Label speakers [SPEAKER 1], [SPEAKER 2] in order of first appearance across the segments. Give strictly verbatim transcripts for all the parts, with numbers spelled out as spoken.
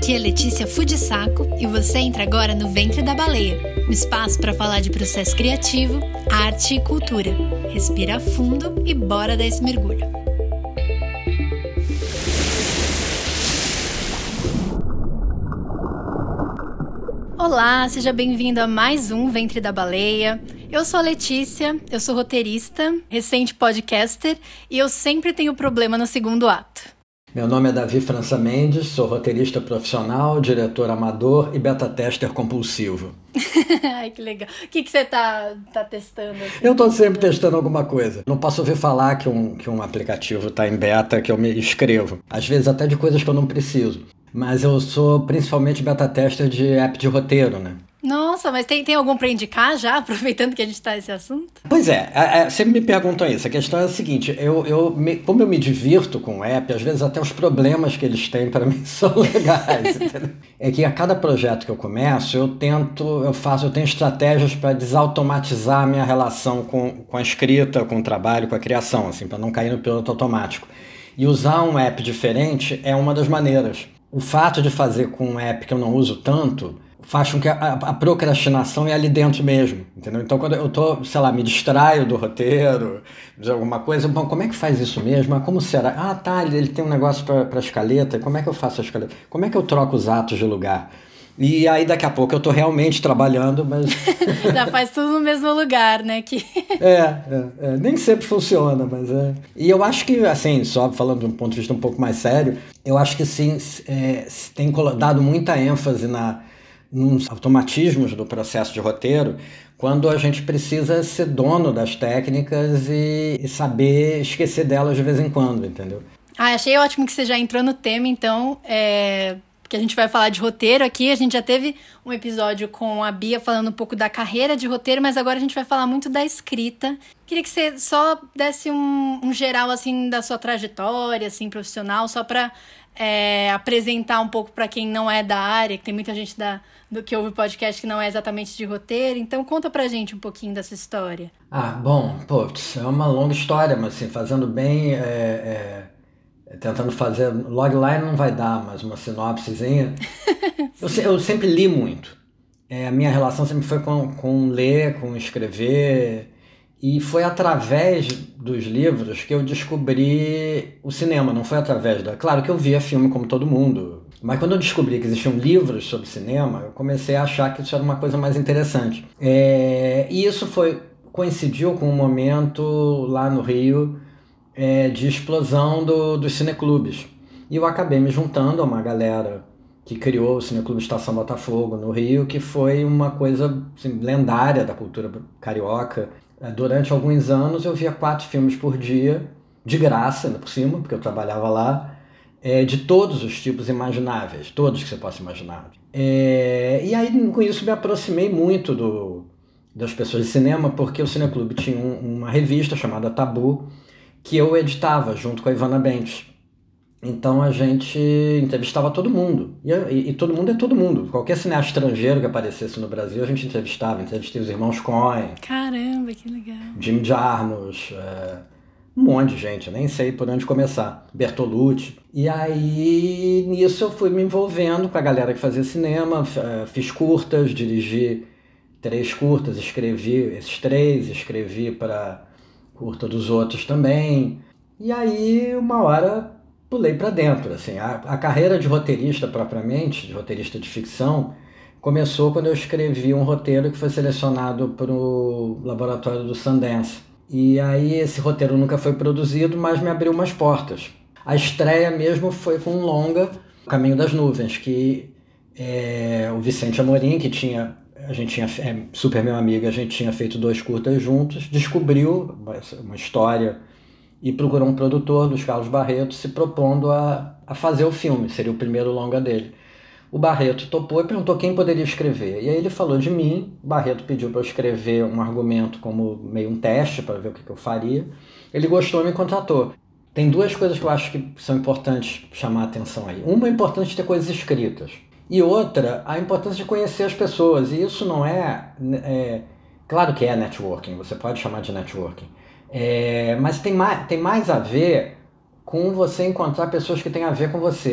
[SPEAKER 1] Aqui é Letícia Fujisaco e você entra agora no Ventre da Baleia, um espaço para falar de processo criativo, arte e cultura. Respira fundo e bora dar esse mergulho. Olá, seja bem-vindo a mais um Ventre da Baleia. Eu sou a Letícia, eu sou roteirista, recente podcaster e eu sempre tenho problema no segundo ato.
[SPEAKER 2] Meu nome é Davi França Mendes, sou roteirista profissional, diretor amador e beta-tester compulsivo.
[SPEAKER 1] Ai, que legal. O que, que você tá, tá testando? Assim?
[SPEAKER 2] Eu tô sempre testando alguma coisa. Não posso ouvir falar que um, que um aplicativo tá em beta, que eu me inscrevo. Às vezes até de coisas que eu não preciso. Mas eu sou principalmente beta-tester de app de roteiro, né?
[SPEAKER 1] Nossa, mas tem, tem algum para indicar já, aproveitando que a gente tá nesse assunto?
[SPEAKER 2] Pois é, é, é, sempre me perguntam isso. A questão é a seguinte, eu, eu me, como eu me divirto com o app, às vezes até os problemas que eles têm para mim são legais, entendeu? É que a cada projeto que eu começo, eu tento, eu faço, eu tenho estratégias para desautomatizar a minha relação com, com a escrita, com o trabalho, com a criação, assim, para não cair no piloto automático. E usar um app diferente é uma das maneiras. O fato de fazer com um app que eu não uso tanto faz com que a, a, a procrastinação é ali dentro mesmo, entendeu? Então, quando eu tô, sei lá, me distraio do roteiro, de alguma coisa, bom, como é que faz isso mesmo? Ah, como será? Ah, tá, ele, ele tem um negócio para a escaleta, como é que eu faço a escaleta? Como é que eu troco os atos de lugar? E aí, daqui a pouco, eu tô realmente trabalhando, mas...
[SPEAKER 1] Já faz tudo no mesmo lugar, né? Que...
[SPEAKER 2] é, é, é, nem sempre funciona, mas é... E eu acho que, assim, só falando de um ponto de vista um pouco mais sério, eu acho que, sim, é, tem dado muita ênfase na... nos automatismos do processo de roteiro, quando a gente precisa ser dono das técnicas e, e saber esquecer delas de vez em quando, entendeu?
[SPEAKER 1] Ah, achei ótimo que você já entrou no tema, então, é... porque a gente vai falar de roteiro aqui. A gente já teve um episódio com a Bia falando um pouco da carreira de roteiro, mas agora a gente vai falar muito da escrita. Queria que você só desse um, um geral, assim, da sua trajetória, assim, profissional, só para é, apresentar um pouco para quem não é da área, que tem muita gente da, do que ouve podcast que não é exatamente de roteiro. Então, conta pra gente um pouquinho dessa história.
[SPEAKER 2] Ah, bom, pô, é uma longa história, mas, assim, fazendo bem... É, é... tentando fazer, logline não vai dar, mas uma sinopsezinha. eu, eu sempre li muito. É, a minha relação sempre foi com, com ler, com escrever. E foi através dos livros que eu descobri o cinema, não foi através da... Claro que eu via filme como todo mundo, mas quando eu descobri que existiam livros sobre cinema, eu comecei a achar que isso era uma coisa mais interessante. É, e isso foi, coincidiu com um momento lá no Rio... É, de explosão do, dos cineclubes. E eu acabei me juntando a uma galera que criou o Cineclube Estação Botafogo no Rio, que foi uma coisa assim, lendária da cultura carioca. Durante alguns anos eu via quatro filmes por dia, de graça, ainda por cima, porque eu trabalhava lá, é, de todos os tipos imagináveis, todos que você possa imaginar. É, e aí com isso me aproximei muito do, das pessoas de cinema, porque o Cineclube tinha um, uma revista chamada Tabu, que eu editava junto com a Ivana Bentes. Então a gente entrevistava todo mundo. E, e, e todo mundo é todo mundo. Qualquer cineasta estrangeiro que aparecesse no Brasil, a gente entrevistava. Entrevistei os irmãos Coen.
[SPEAKER 1] Caramba, que legal.
[SPEAKER 2] Jim Jarmusch, é, um monte de gente, eu nem sei por onde começar. Bertolucci. E aí, nisso eu fui me envolvendo com a galera que fazia cinema. Fiz curtas, dirigi três curtas, escrevi esses três, escrevi para... curta dos outros também. E aí, uma hora, pulei para dentro. Assim, a, a carreira de roteirista propriamente, de roteirista de ficção, começou quando eu escrevi um roteiro que foi selecionado para o laboratório do Sundance. E aí esse roteiro nunca foi produzido, mas me abriu umas portas. A estreia mesmo foi com um longa, O Caminho das Nuvens, que é, o Vicente Amorim, que tinha... a gente tinha, é, super meu amigo, a gente tinha feito dois curtas juntos, descobriu uma história e procurou um produtor, Luiz Carlos Barreto, se propondo a, a fazer o filme, seria o primeiro longa dele. O Barreto topou e perguntou quem poderia escrever. E aí ele falou de mim, o Barreto pediu para eu escrever um argumento como meio um teste para ver o que, que eu faria. Ele gostou e me contratou. Tem duas coisas que eu acho que são importantes chamar a atenção aí. Uma é importante ter coisas escritas. E outra, a importância de conhecer as pessoas. E isso não é... é claro que é networking, você pode chamar de networking. É, mas tem mais, tem mais a ver com você encontrar pessoas que têm a ver com você.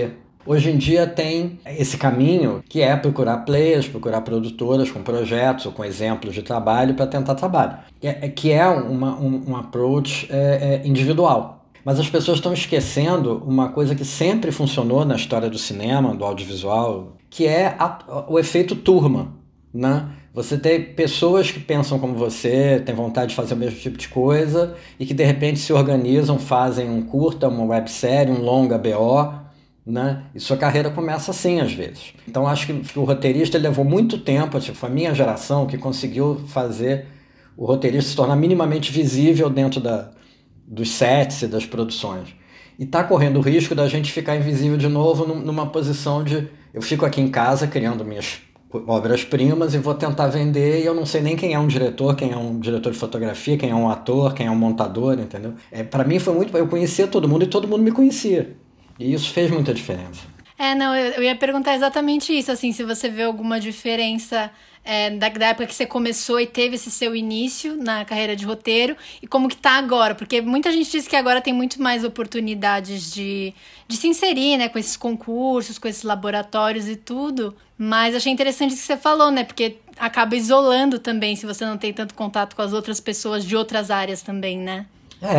[SPEAKER 2] Hoje em dia tem esse caminho que é procurar players, procurar produtoras com projetos ou com exemplos de trabalho para tentar trabalho, que é, que é uma, um, um approach é, é individual. Mas as pessoas estão esquecendo uma coisa que sempre funcionou na história do cinema, do audiovisual, que é a, o efeito turma, né? Você tem pessoas que pensam como você, têm vontade de fazer o mesmo tipo de coisa e que de repente se organizam, fazem um curta, uma websérie, um longa B O, né? E sua carreira começa assim às vezes. Então acho que o roteirista levou muito tempo, tipo, foi a minha geração que conseguiu fazer o roteirista se tornar minimamente visível dentro da, dos sets e das produções. E está correndo o risco da gente ficar invisível de novo numa posição de eu fico aqui em casa criando minhas obras-primas e vou tentar vender e eu não sei nem quem é um diretor, quem é um diretor de fotografia, quem é um ator, quem é um montador, entendeu? É, para mim foi muito... Eu conhecia todo mundo e todo mundo me conhecia. E isso fez muita diferença.
[SPEAKER 1] É, não, eu, eu ia perguntar exatamente isso, assim, se você vê alguma diferença é, da, da época que você começou e teve esse seu início na carreira de roteiro e como que tá agora, porque muita gente diz que agora tem muito mais oportunidades de, de se inserir, né, com esses concursos, com esses laboratórios e tudo, mas achei interessante isso que você falou, né, porque acaba isolando também se você não tem tanto contato com as outras pessoas de outras áreas também, né?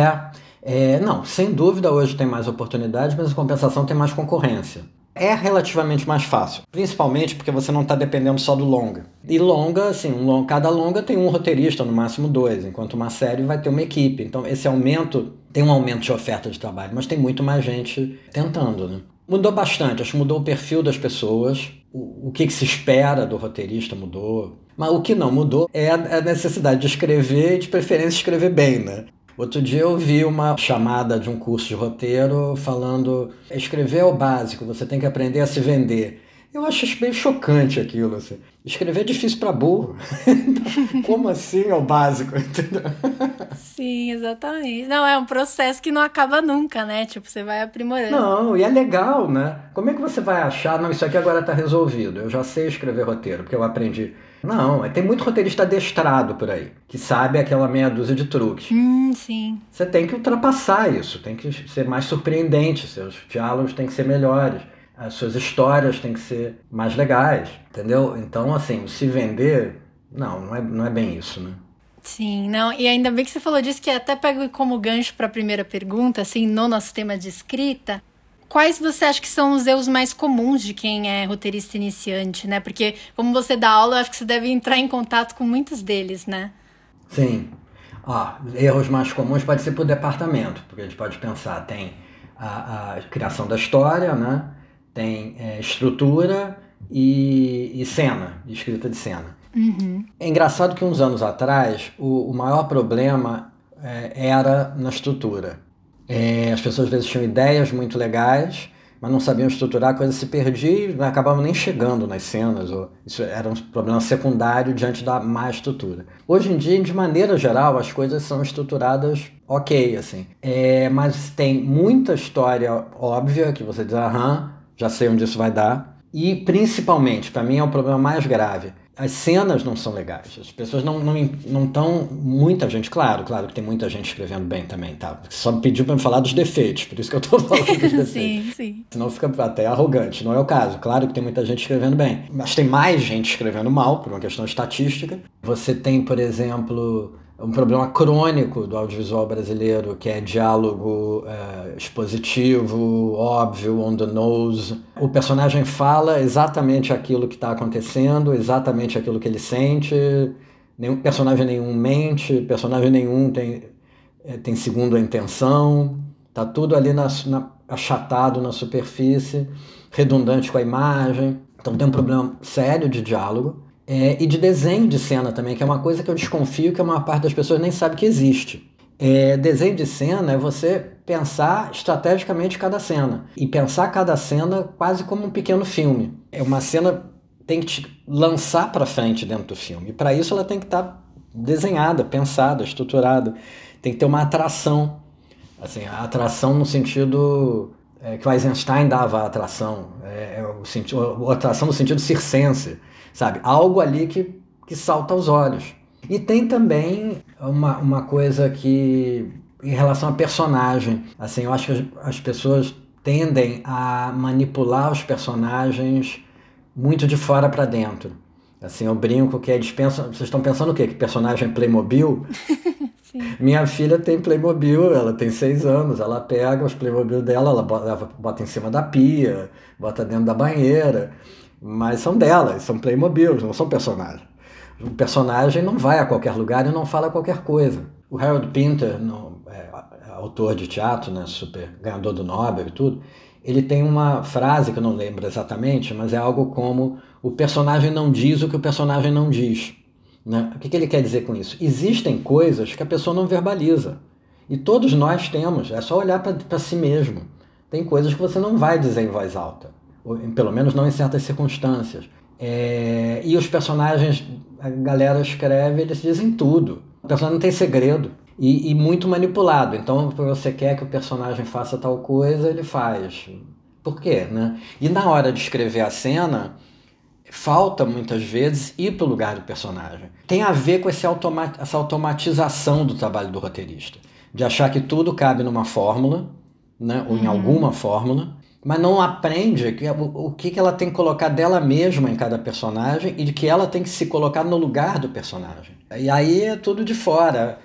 [SPEAKER 2] É, é não, sem dúvida hoje tem mais oportunidades, mas em compensação tem mais concorrência. É relativamente mais fácil, principalmente porque você não está dependendo só do longa. E longa, assim, um long, cada longa tem um roteirista, no máximo dois, enquanto uma série vai ter uma equipe. Então esse aumento, tem um aumento de oferta de trabalho, mas tem muito mais gente tentando, né? Mudou bastante, acho que mudou o perfil das pessoas, o, o que, que se espera do roteirista mudou. Mas o que não mudou é a necessidade de escrever e de preferência escrever bem, né? Outro dia eu vi uma chamada de um curso de roteiro falando escrever é o básico, você tem que aprender a se vender. Eu acho meio chocante aquilo, assim. Escrever é difícil para burro. Como assim é o básico? Entendeu?
[SPEAKER 1] Sim, exatamente. Não, é um processo que não acaba nunca, né? Tipo, você vai aprimorando.
[SPEAKER 2] Não, e é legal, né? Como é que você vai achar, não, isso aqui agora tá resolvido, eu já sei escrever roteiro, porque eu aprendi. Não, tem muito roteirista adestrado por aí, que sabe aquela meia dúzia de truques.
[SPEAKER 1] Hum, sim.
[SPEAKER 2] Você tem que ultrapassar isso, tem que ser mais surpreendente, seus diálogos têm que ser melhores, as suas histórias têm que ser mais legais, entendeu? Então, assim, se vender, não, não é, não é bem isso, né?
[SPEAKER 1] Sim, não, e ainda bem que você falou disso, que até pego como gancho para a primeira pergunta, assim, no nosso tema de escrita. Quais você acha que são os erros mais comuns de quem é roteirista iniciante, né? Porque como você dá aula, eu acho que você deve entrar em contato com muitos deles, né?
[SPEAKER 2] Sim. Ah, erros mais comuns pode ser por departamento, porque a gente pode pensar, tem a, a criação da história, né? Tem é, estrutura e, e cena, escrita de cena.
[SPEAKER 1] Uhum.
[SPEAKER 2] É engraçado que uns anos atrás o, o maior problema é, era na estrutura. É, as pessoas às vezes tinham ideias muito legais, mas não sabiam estruturar, a coisa se perdia e acabavam nem chegando nas cenas. Ou isso era um problema secundário diante da má estrutura. Hoje em dia, de maneira geral, as coisas são estruturadas ok, assim. É, mas tem muita história óbvia que você diz, aham, já sei onde isso vai dar. E principalmente, para mim é o problema mais grave, as cenas não são legais. As pessoas não estão... Não, não tão, muita gente, claro, claro que tem muita gente escrevendo bem também, tá? Só me pediu para me falar dos defeitos, por isso que eu estou falando dos defeitos.
[SPEAKER 1] Sim, sim.
[SPEAKER 2] Senão fica até arrogante, não é o caso. Claro que tem muita gente escrevendo bem, mas tem mais gente escrevendo mal, por uma questão estatística. Você tem, por exemplo, um problema crônico do audiovisual brasileiro, que é diálogo é, expositivo, óbvio, on the nose. O personagem fala exatamente aquilo que está acontecendo, exatamente aquilo que ele sente. Nenhum, personagem nenhum mente, personagem nenhum tem, é, tem segunda intenção. Está tudo ali na, na, achatado na superfície, redundante com a imagem. Então tem um problema sério de diálogo. É, e de desenho de cena também, que é uma coisa que eu desconfio que a maior parte das pessoas nem sabe que existe. É, desenho de cena é você pensar estrategicamente cada cena. E pensar cada cena quase como um pequeno filme. É uma cena tem que te lançar para frente dentro do filme. E para isso ela tem que estar desenhada, pensada, estruturada. Tem que ter uma atração. Assim, a atração no sentido... É, que o Eisenstein dava a atração. É, é o sentido, a atração no sentido circense. Sabe? Algo ali que, que salta aos olhos. E tem também uma, uma coisa que, em relação a personagem, assim, eu acho que as, as pessoas tendem a manipular os personagens muito de fora para dentro. Assim, eu brinco que eles pensam... Vocês estão pensando o quê? Que personagem é Playmobil? Minha filha tem Playmobil, ela tem seis anos, ela pega os Playmobil dela, ela bota, ela bota em cima da pia, bota dentro da banheira, mas são delas, são Playmobil, não são personagens. O personagem não vai a qualquer lugar e não fala qualquer coisa. O Harold Pinter, no, é, autor de teatro, né, super ganhador do Nobel e tudo, ele tem uma frase que eu não lembro exatamente, mas é algo como: o personagem não diz o que o personagem não diz. Né? O que, que ele quer dizer com isso? Existem coisas que a pessoa não verbaliza. E todos nós temos, é só olhar para si mesmo. Tem coisas que você não vai dizer em voz alta, ou, pelo menos não em certas circunstâncias. É, e os personagens, a galera escreve, eles dizem tudo. O personagem não tem segredo. E, e muito manipulado. Então, você quer que o personagem faça tal coisa, ele faz. Por quê? Né? E na hora de escrever a cena, falta muitas vezes ir para o lugar do personagem. Tem a ver com esse automa- essa automatização do trabalho do roteirista. De achar que tudo cabe numa fórmula, né? Ou em uhum. alguma fórmula, mas não aprende que, o, o que, que ela tem que colocar dela mesma em cada personagem e de que ela tem que se colocar no lugar do personagem. E aí é tudo de fora.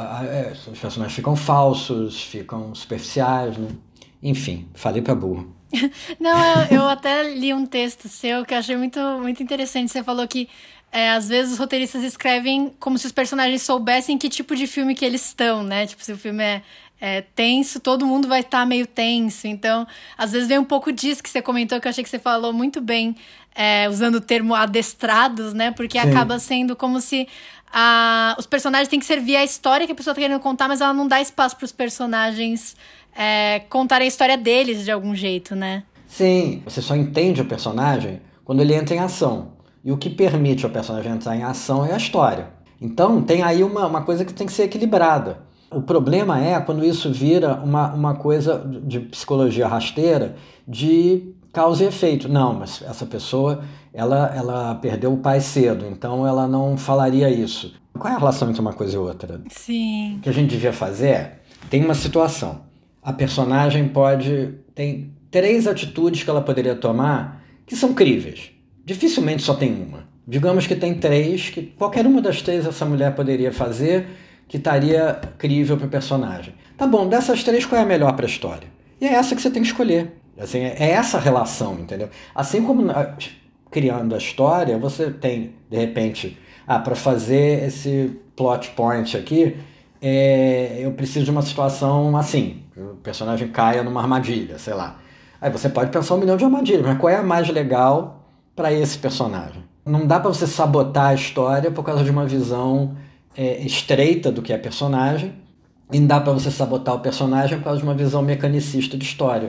[SPEAKER 2] Os personagens ficam falsos, ficam superficiais, né? Enfim, falei para burro.
[SPEAKER 1] Não, eu, eu até li um texto seu que eu achei muito, muito interessante. Você falou que é, às vezes os roteiristas escrevem como se os personagens soubessem que tipo de filme que eles estão, né? Tipo, se o filme é, é tenso, todo mundo vai estar meio tenso. Então, às vezes vem um pouco disso que você comentou, que eu achei que você falou muito bem, é, usando o termo adestrados, né? Porque Sim. acaba sendo como se a, os personagens têm que servir a história que a pessoa está querendo contar, mas ela não dá espaço para os personagens É, contarem a história deles de algum jeito, né?
[SPEAKER 2] Sim, você só entende o personagem quando ele entra em ação. E o que permite o personagem entrar em ação é a história. Então tem aí uma, uma coisa que tem que ser equilibrada. O problema é quando isso vira uma, uma coisa de psicologia rasteira, de causa e efeito. Não, mas essa pessoa ela, ela perdeu o pai cedo, então ela não falaria isso. Qual é a relação entre uma coisa e outra?
[SPEAKER 1] Sim.
[SPEAKER 2] O que a gente devia fazer é, tem uma situação. A personagem pode... Tem três atitudes que ela poderia tomar que são críveis. Dificilmente só tem uma. Digamos que tem três, que qualquer uma das três essa mulher poderia fazer que estaria crível para o personagem. Tá bom, dessas três, qual é a melhor para a história? E é essa que você tem que escolher. Assim, é essa relação, entendeu? Assim como criando a história, você tem, de repente, ah, para fazer esse plot point aqui, é, eu preciso de uma situação assim, o personagem caia numa armadilha, sei lá. Aí você pode pensar um milhão de armadilhas, mas qual é a mais legal para esse personagem? Não dá para você sabotar a história por causa de uma visão é, estreita do que é personagem, e não dá para você sabotar o personagem por causa de uma visão mecanicista de história.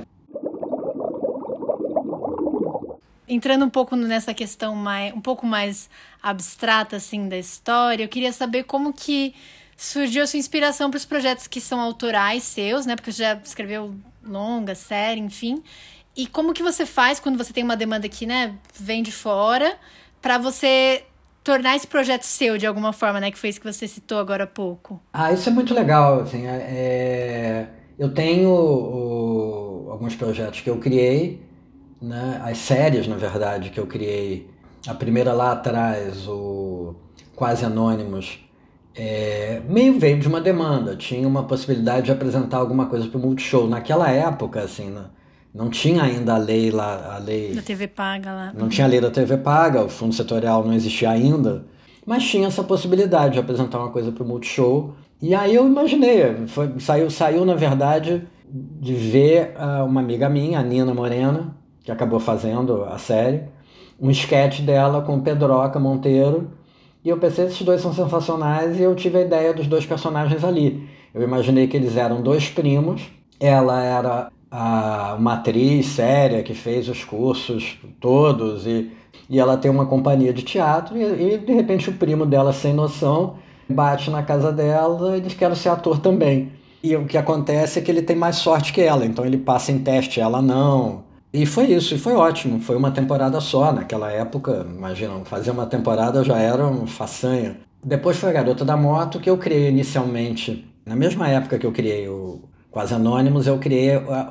[SPEAKER 1] Entrando um pouco nessa questão mais, um pouco mais abstrata assim, da história, eu queria saber como que surgiu a sua inspiração para os projetos que são autorais seus, né? Porque você já escreveu longa, série, enfim. E como que você faz quando você tem uma demanda que, né, vem de fora, para você tornar esse projeto seu de alguma forma, né? Que foi isso que você citou agora há pouco.
[SPEAKER 2] Ah, isso é muito legal. Assim, é... Eu tenho o... alguns projetos que eu criei, né? As séries, na verdade, que eu criei. A primeira lá atrás, o Quase Anônimos, É, meio veio de uma demanda, tinha uma possibilidade de apresentar alguma coisa para o Multishow. Naquela época, assim, não, não tinha ainda a lei lá, a lei...
[SPEAKER 1] Da T V paga lá.
[SPEAKER 2] Não tinha a lei da T V paga, o fundo setorial não existia ainda, mas tinha essa possibilidade de apresentar uma coisa para o Multishow. E aí eu imaginei, foi, saiu, saiu na verdade de ver uh, uma amiga minha, a Nina Morena, que acabou fazendo a série, um sketch dela com o Pedroca Monteiro. E eu pensei, esses dois são sensacionais, e eu tive a ideia dos dois personagens ali. Eu imaginei que eles eram dois primos, ela era a, uma atriz séria que fez os cursos todos, e, e ela tem uma companhia de teatro, e, e de repente o primo dela, sem noção, bate na casa dela e diz que quer ser ator também. E o que acontece é que ele tem mais sorte que ela, então ele passa em teste, ela não... E foi isso, e foi ótimo, foi uma temporada só, naquela época, imagina, fazer uma temporada já era uma façanha. Depois foi a Garota da Moto, que eu criei inicialmente, na mesma época que eu criei o Quase Anônimos, eu criei a,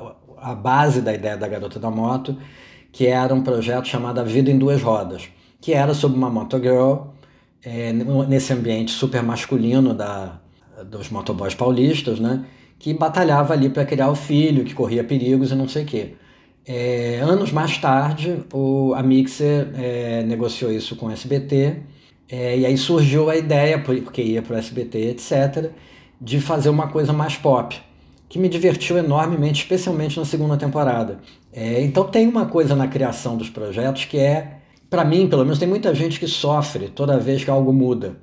[SPEAKER 2] a base da ideia da Garota da Moto, que era um projeto chamado A Vida em Duas Rodas, que era sobre uma motogirl, é, nesse ambiente super masculino da, dos motoboys paulistas, né, que batalhava ali para criar o filho, que corria perigos e não sei o quê. É, anos mais tarde, o, a Mixer é, negociou isso com o S B T, é, e aí surgiu a ideia, porque ia para o S B T, etcétera, de fazer uma coisa mais pop, que me divertiu enormemente, especialmente na segunda temporada. É, então tem uma coisa na criação dos projetos que é, para mim, pelo menos, tem muita gente que sofre toda vez que algo muda.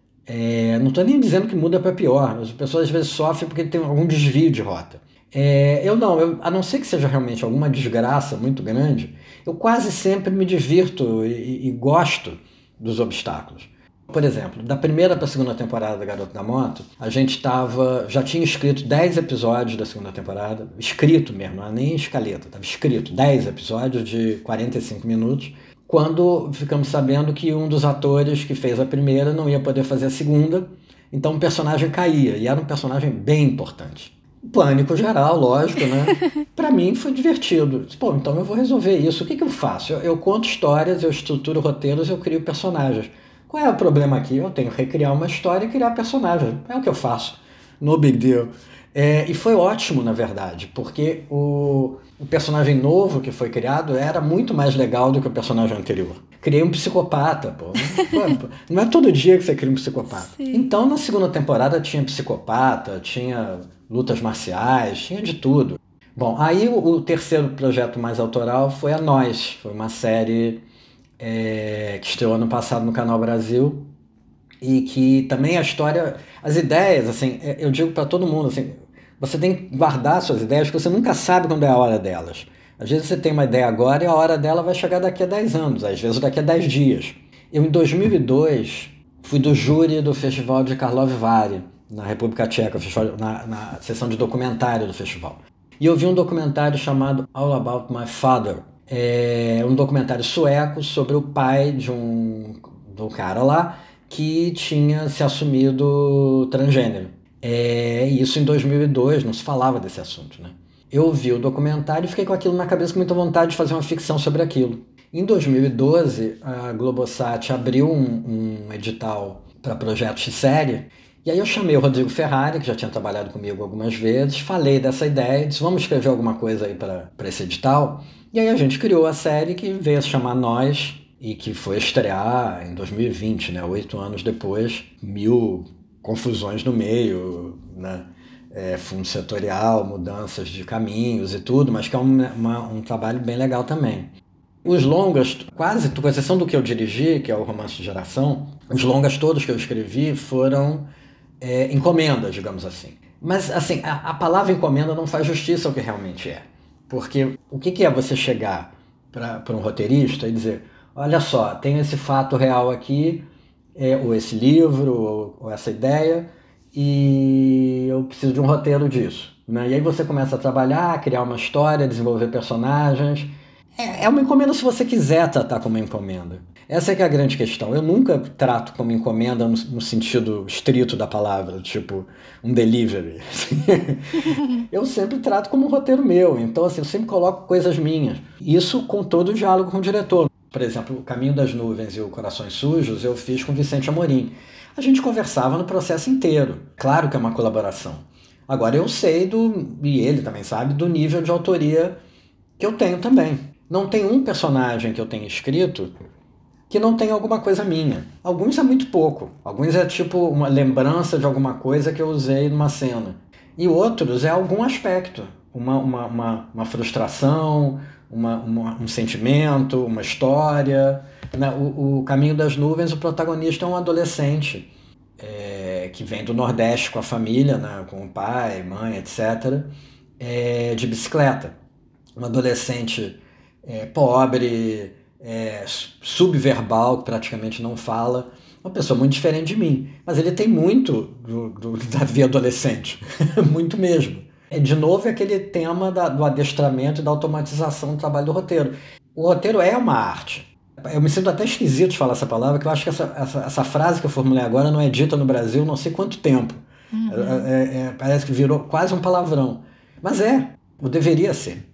[SPEAKER 2] É, não estou nem dizendo que muda para pior, mas as pessoas às vezes sofrem porque tem algum desvio de rota. É, eu não, eu, a não ser que seja realmente alguma desgraça muito grande, eu quase sempre me divirto e, e gosto dos obstáculos. Por exemplo, da primeira para a segunda temporada da Garota da Moto, a gente tava, já tinha escrito dez episódios da segunda temporada, escrito mesmo, não era nem escaleta, estava escrito dez episódios de quarenta e cinco minutos, quando ficamos sabendo que um dos atores que fez a primeira não ia poder fazer a segunda, então o personagem caía, e era um personagem bem importante. Pânico geral, lógico, né? Pra mim foi divertido. Pô, então eu vou resolver isso. O que que eu faço? Eu, eu conto histórias, eu estruturo roteiros, eu crio personagens. Qual é o problema aqui? Eu tenho que recriar uma história e criar personagens. É o que eu faço. No big deal. É, e foi ótimo, na verdade, porque o, o personagem novo que foi criado era muito mais legal do que o personagem anterior. Criei um psicopata, pô. Pô, não é todo dia que você cria um psicopata. Sim. Então, na segunda temporada tinha psicopata, tinha lutas marciais, tinha de tudo. Bom, aí o, o terceiro projeto mais autoral foi a Nós. Foi uma série é, que estreou ano passado no Canal Brasil e que também a história, as ideias, assim, eu digo para todo mundo, assim, você tem que guardar suas ideias porque você nunca sabe quando é a hora delas. Às vezes você tem uma ideia agora e a hora dela vai chegar daqui a dez anos, às vezes daqui a dez dias. Eu, em dois mil e dois, fui do júri do Festival de Karlovy Vary, na República Tcheca, na, na sessão de documentário do festival. E eu vi um documentário chamado All About My Father. É um documentário sueco sobre o pai de um, de um cara lá que tinha se assumido transgênero. É, isso em dois mil e dois, não se falava desse assunto, né? Eu vi o documentário e fiquei com aquilo na cabeça, com muita vontade de fazer uma ficção sobre aquilo. Em dois mil e doze, a Globosat abriu um, um edital para projetos de série, e aí eu chamei o Rodrigo Ferrari, que já tinha trabalhado comigo algumas vezes, falei dessa ideia, disse, vamos escrever alguma coisa aí para esse edital? E aí a gente criou a série que veio a se chamar Nós, e que foi estrear em dois mil e vinte, né? Oito anos depois, mil confusões no meio, né? É, fundo setorial, mudanças de caminhos e tudo, mas que é um, uma, um trabalho bem legal também. Os longas, quase, com exceção do que eu dirigi, que é o Romance de Geração, os longas todos que eu escrevi foram é, encomendas, digamos assim. Mas, assim, a, a palavra encomenda não faz justiça ao que realmente é. Porque o que, que é você chegar para um roteirista e dizer, olha só, tem esse fato real aqui, é, ou esse livro, ou, ou essa ideia, e eu preciso de um roteiro disso, né? E aí você começa a trabalhar, criar uma história, desenvolver personagens. É, é uma encomenda se você quiser tratar como uma encomenda. Essa é que é a grande questão. Eu nunca trato como encomenda no, no sentido estrito da palavra, tipo um delivery. Eu sempre trato como um roteiro meu. Então, assim, eu sempre coloco coisas minhas. Isso com todo o diálogo com o diretor. Por exemplo, O Caminho das Nuvens e o Corações Sujos eu fiz com Vicente Amorim. A gente conversava no processo inteiro. Claro que é uma colaboração. Agora, eu sei, do, e ele também sabe, do nível de autoria que eu tenho também. Não tem um personagem que eu tenha escrito que não tem alguma coisa minha. Alguns é muito pouco. Alguns é tipo uma lembrança de alguma coisa que eu usei numa cena. E outros é algum aspecto. Uma, uma, uma, uma frustração, uma, uma, um sentimento, uma história. O, o Caminho das Nuvens, o protagonista é um adolescente é, que vem do Nordeste com a família, né, com o pai, mãe, etcétera, é, de bicicleta. Um adolescente é, pobre, é, subverbal, que praticamente não fala. Uma pessoa muito diferente de mim. Mas ele tem muito do, do, da vida adolescente. Muito mesmo. É, de novo, é aquele tema da, do adestramento e da automatização do trabalho do roteiro. O roteiro é uma arte. Eu me sinto até esquisito de falar essa palavra, porque eu acho que essa, essa, essa frase que eu formulei agora não é dita no Brasil não sei quanto tempo. Uhum. É, é, parece que virou quase um palavrão. Mas é, ou deveria ser.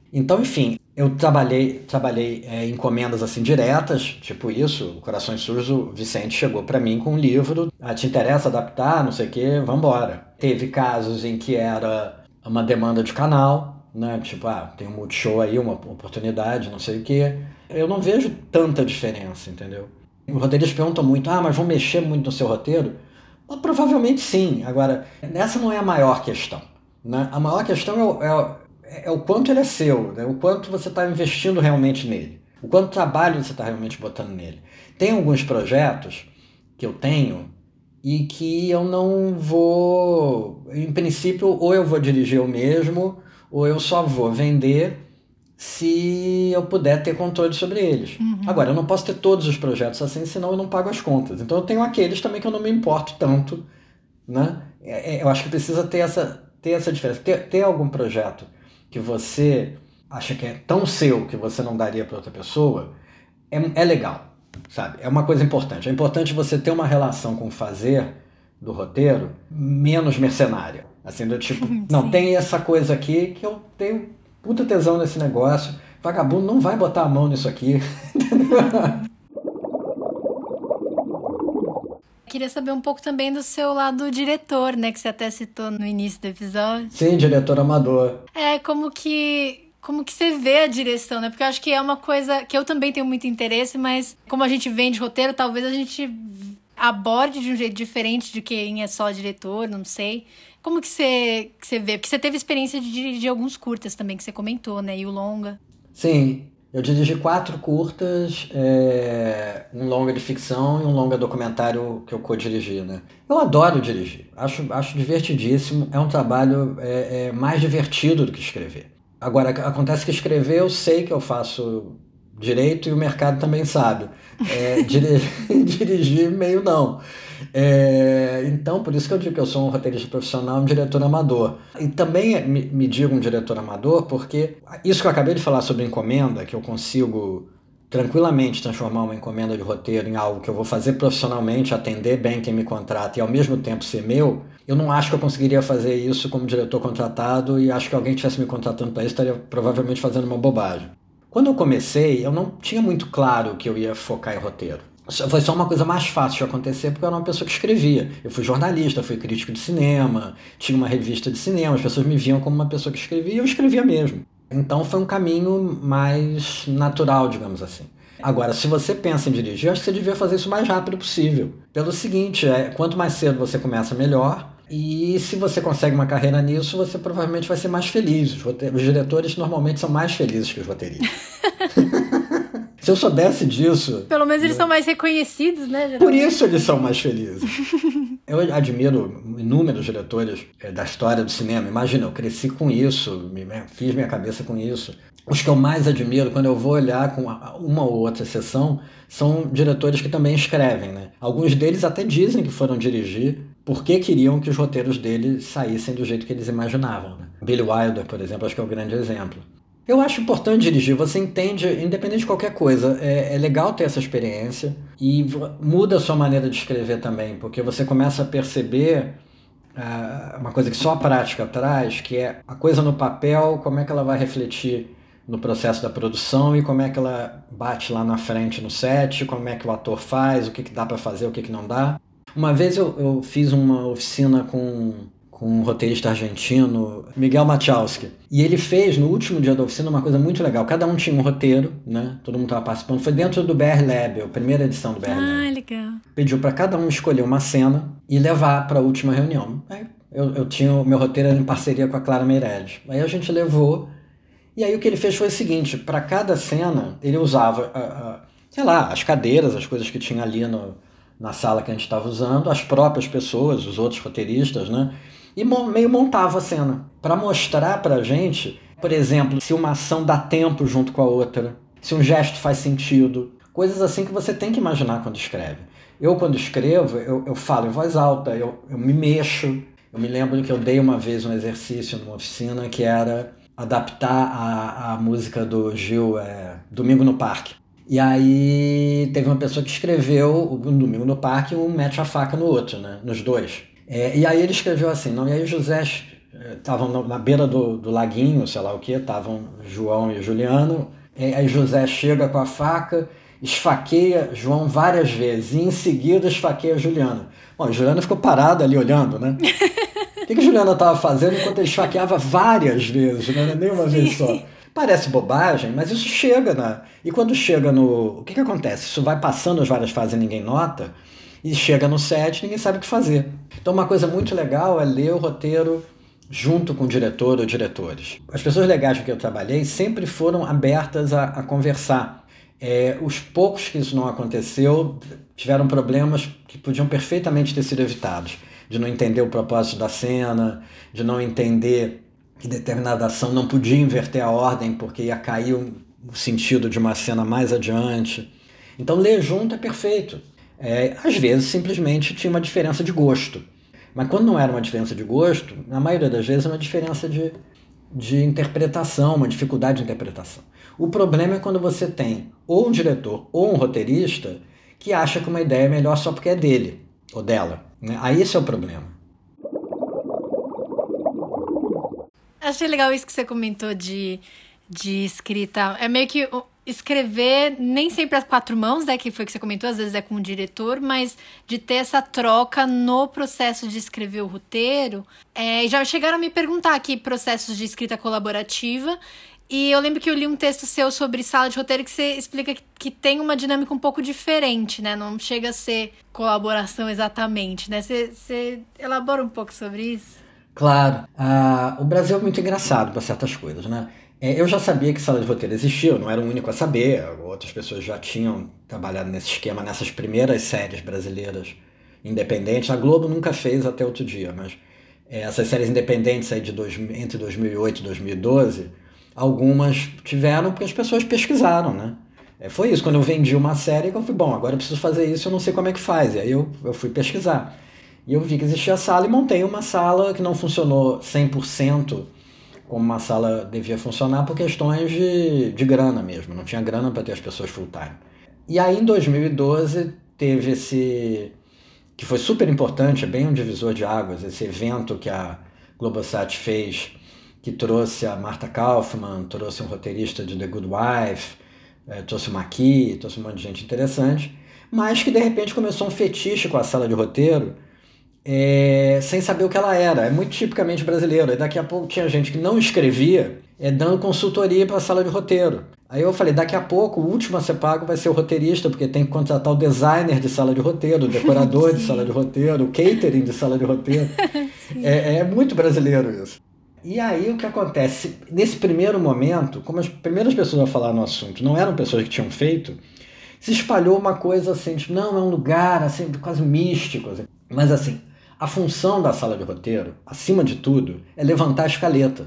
[SPEAKER 2] Então, enfim, eu trabalhei, trabalhei é, encomendas assim diretas, tipo isso, Corações Sujos, o Vicente chegou para mim com um livro, ah, te interessa adaptar, não sei o quê, vambora. Teve casos em que era uma demanda de canal, né? Tipo, ah, tem um Multishow aí, uma oportunidade, não sei o quê. Eu não vejo tanta diferença, entendeu? Os roteiristas perguntam muito, ah, mas vão mexer muito no seu roteiro? Ah, provavelmente sim. Agora, essa não é a maior questão, né? A maior questão é o, é o é o quanto ele é seu, né? O quanto você está investindo realmente nele, o quanto trabalho você está realmente botando nele. Tem alguns projetos que eu tenho e que eu não vou, em princípio, ou eu vou dirigir eu mesmo, ou eu só vou vender se eu puder ter controle sobre eles.
[SPEAKER 1] Uhum.
[SPEAKER 2] Agora, eu não posso ter todos os projetos assim, senão eu não pago as contas. Então eu tenho aqueles também que eu não me importo tanto, né? É, é, eu acho que precisa ter essa, ter essa diferença. Ter, ter algum projeto que você acha que é tão seu que você não daria para outra pessoa, é, é legal, sabe? É uma coisa importante. É importante você ter uma relação com o fazer do roteiro menos mercenária. Assim, do tipo, não,
[SPEAKER 1] Sim.
[SPEAKER 2] tem essa coisa aqui que eu tenho puta tesão nesse negócio, vagabundo não vai botar a mão nisso aqui.
[SPEAKER 1] Queria saber um pouco também do seu lado diretor, né? Que você até citou no início do episódio.
[SPEAKER 2] Sim, diretor amador.
[SPEAKER 1] É, como que, como que você vê a direção, né? Porque eu acho que é uma coisa que eu também tenho muito interesse, mas como a gente vende roteiro, talvez a gente aborde de um jeito diferente de quem é só diretor, não sei. Como que você, que você vê? Porque você teve experiência de dirigir alguns curtas também, que você comentou, né? E o longa.
[SPEAKER 2] Sim, eu dirigi quatro curtas, é, um longa de ficção e um longa documentário que eu co-dirigi, né? Eu adoro dirigir, acho, acho divertidíssimo, é um trabalho é, é mais divertido do que escrever. Agora, acontece que escrever eu sei que eu faço direito e o mercado também sabe. É, dir- dirigir meio não. É, então, por isso que eu digo que eu sou um roteirista profissional e um diretor amador. E também me, me digo um diretor amador porque isso que eu acabei de falar sobre encomenda, que eu consigo tranquilamente transformar uma encomenda de roteiro em algo que eu vou fazer profissionalmente, atender bem quem me contrata e ao mesmo tempo ser meu, eu não acho que eu conseguiria fazer isso como diretor contratado e acho que alguém que estivesse me contratando para isso estaria provavelmente fazendo uma bobagem. Quando eu comecei, eu não tinha muito claro que eu ia focar em roteiro. Foi só uma coisa mais fácil de acontecer porque eu era uma pessoa que escrevia. Eu fui jornalista, fui crítico de cinema, tinha uma revista de cinema, as pessoas me viam como uma pessoa que escrevia e eu escrevia mesmo. Então foi um caminho mais natural, digamos assim. Agora, se você pensa em dirigir, eu acho que você devia fazer isso o mais rápido possível. Pelo seguinte, é, quanto mais cedo você começa, melhor. E se você consegue uma carreira nisso, você provavelmente vai ser mais feliz. Os, rote- os diretores normalmente são mais felizes que os roteiristas. Se eu soubesse disso...
[SPEAKER 1] Pelo menos eles são mais reconhecidos, né? Geralmente.
[SPEAKER 2] Por isso eles são mais felizes. Eu admiro inúmeros diretores é, da história do cinema. Imagina, eu cresci com isso, me, fiz minha cabeça com isso. Os que eu mais admiro, quando eu vou olhar com uma ou outra exceção, são diretores que também escrevem, né? Alguns deles até dizem que foram dirigir porque queriam que os roteiros deles saíssem do jeito que eles imaginavam, né? Billy Wilder, por exemplo, acho que é um grande exemplo. Eu acho importante dirigir, você entende, independente de qualquer coisa, é, é legal ter essa experiência e muda a sua maneira de escrever também, porque você começa a perceber uh, uma coisa que só a prática traz, que é a coisa no papel, como é que ela vai refletir no processo da produção e como é que ela bate lá na frente no set, como é que o ator faz, o que, que dá para fazer, o que, que não dá. Uma vez eu, eu fiz uma oficina com... com um roteirista argentino, Miguel Machowski. E ele fez, no último dia da oficina, uma coisa muito legal. Cada um tinha um roteiro, né? Todo mundo estava participando. Foi dentro do B R Lab, a primeira edição do B R Lab.
[SPEAKER 1] Ah, legal.
[SPEAKER 2] Pediu para cada um escolher uma cena e levar para a última reunião. Aí eu, eu tinha o meu roteiro em parceria com a Clara Meirelles. Aí a gente levou, e aí o que ele fez foi o seguinte, para cada cena, ele usava, a, a, sei lá, as cadeiras, as coisas que tinha ali no, na sala que a gente estava usando, as próprias pessoas, os outros roteiristas, né? E meio montava a cena, para mostrar pra gente, por exemplo, se uma ação dá tempo junto com a outra, se um gesto faz sentido, coisas assim que você tem que imaginar quando escreve. Eu, quando escrevo, eu, eu falo em voz alta, eu, eu me mexo. Eu me lembro que eu dei uma vez um exercício numa oficina que era adaptar a, a música do Gil, é, Domingo no Parque. E aí teve uma pessoa que escreveu o Domingo no Parque e um mete a faca no outro, né, nos dois. É, e aí ele escreveu assim, não, e aí José estavam na beira do, do laguinho, sei lá o que, estavam João e Juliano, e aí José chega com a faca, esfaqueia João várias vezes, e em seguida esfaqueia Juliano. Bom, Juliana ficou parada ali olhando, né? O que, que a Juliana estava fazendo enquanto ele esfaqueava várias vezes, não era nem uma Sim. vez só? Parece bobagem, mas isso chega, né? E quando chega no... O que, que acontece? Isso vai passando as várias fases e ninguém nota, e chega no set ninguém sabe o que fazer. Então uma coisa muito legal é ler o roteiro junto com o diretor ou diretores. As pessoas legais com que eu trabalhei sempre foram abertas a, a conversar. É, os poucos que isso não aconteceu tiveram problemas que podiam perfeitamente ter sido evitados, de não entender o propósito da cena, de não entender que determinada ação não podia inverter a ordem porque ia cair o sentido de uma cena mais adiante. Então ler junto é perfeito. É, às vezes simplesmente tinha uma diferença de gosto, mas quando não era uma diferença de gosto, na maioria das vezes é uma diferença de, de interpretação, uma dificuldade de interpretação. O problema é quando você tem ou um diretor ou um roteirista que acha que uma ideia é melhor só porque é dele ou dela, né? Aí esse é o problema.
[SPEAKER 1] Achei legal isso que você comentou de, de escrita. É meio que escrever nem sempre às quatro mãos, né? Que foi o que você comentou, às vezes é com o diretor, mas de ter essa troca no processo de escrever o roteiro. É, e já chegaram a me perguntar aqui processos de escrita colaborativa. E eu lembro que eu li um texto seu sobre sala de roteiro que você explica que, que tem uma dinâmica um pouco diferente, né? Não chega a ser colaboração exatamente, né? Você, você elabora um pouco sobre isso?
[SPEAKER 2] Claro. Ah, o Brasil é muito engraçado para certas coisas, né? É, eu já sabia que sala de roteiro existia, eu não era o único a saber. Outras pessoas já tinham trabalhado nesse esquema, nessas primeiras séries brasileiras independentes. A Globo nunca fez até outro dia, mas é, essas séries independentes aí de dois, entre dois mil e oito e dois mil e doze... algumas tiveram porque as pessoas pesquisaram, né? É, foi isso, quando eu vendi uma série, eu fui, bom, agora eu preciso fazer isso, eu não sei como é que faz. E aí eu, eu fui pesquisar. E eu vi que existia a sala e montei uma sala que não funcionou cem por cento como uma sala devia funcionar por questões de, de grana mesmo. Não tinha grana para ter as pessoas full time. E aí em dois mil e doze teve esse... que foi super importante, é bem um divisor de águas, esse evento que a Globosat fez, que trouxe a Martha Kaufman, trouxe um roteirista de The Good Wife, é, trouxe o Maqui, trouxe um monte de gente interessante, mas que de repente começou um fetiche com a sala de roteiro, é, sem saber o que ela era. É muito tipicamente brasileiro. E daqui a pouco tinha gente que não escrevia, é, dando consultoria para a sala de roteiro. Aí eu falei, daqui a pouco o último a ser pago vai ser o roteirista, porque tem que contratar o designer de sala de roteiro, o decorador de sala de roteiro, o catering de sala de roteiro. é, é muito brasileiro isso. E aí o que acontece? Nesse primeiro momento, como as primeiras pessoas a falar no assunto não eram pessoas que tinham feito, se espalhou uma coisa assim, tipo, não, é um lugar assim, quase místico. Assim. Mas assim, a função da sala de roteiro, acima de tudo, é levantar a escaleta.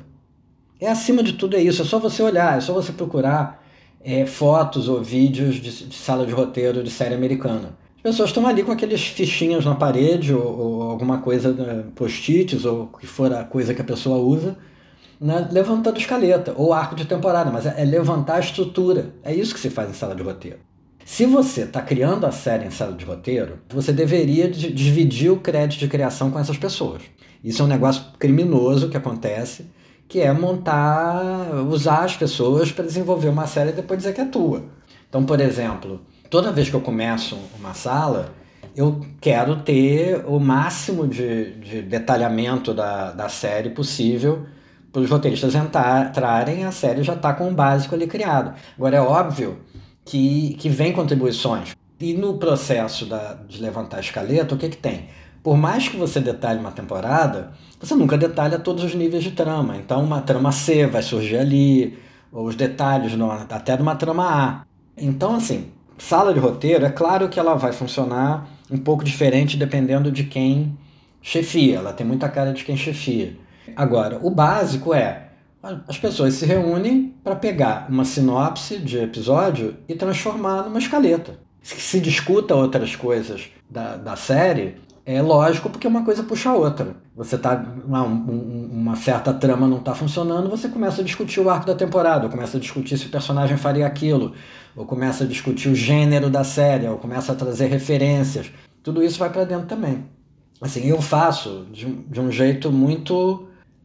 [SPEAKER 2] É acima de tudo é isso, é só você olhar, é só você procurar é, fotos ou vídeos de, de sala de roteiro de série americana. As pessoas estão ali com aqueles fichinhas na parede ou, ou alguma coisa, né, post-its ou o que for a coisa que a pessoa usa, né, levantando escaleta ou arco de temporada, mas é, é levantar a estrutura. É isso que se faz em sala de roteiro. Se você está criando a série em sala de roteiro, você deveria d- dividir o crédito de criação com essas pessoas. Isso é um negócio criminoso que acontece, que é montar, usar as pessoas para desenvolver uma série e depois dizer que é tua. Então, por exemplo, toda vez que eu começo uma sala, eu quero ter o máximo de, de detalhamento da, da série possível para os roteiristas entrarem, a série já está com o básico ali criado. Agora, é óbvio que, que vem contribuições. E no processo da, de levantar a escaleta, o que que tem? Por mais que você detalhe uma temporada, você nunca detalha todos os níveis de trama. Então, uma trama C vai surgir ali, ou os detalhes no, até de uma trama A. Então, assim, sala de roteiro, é claro que ela vai funcionar um pouco diferente dependendo de quem chefia. Ela tem muita cara de quem chefia. Agora, o básico é, as pessoas se reúnem para pegar uma sinopse de episódio e transformar numa escaleta. Se discuta outras coisas da, da série, é lógico, porque uma coisa puxa a outra. Você tá, uma, um, uma certa trama não está funcionando, você começa a discutir o arco da temporada, ou começa a discutir se o personagem faria aquilo, ou começa a discutir o gênero da série, ou começa a trazer referências. Tudo isso vai para dentro também. Assim, eu faço de, de um jeito muito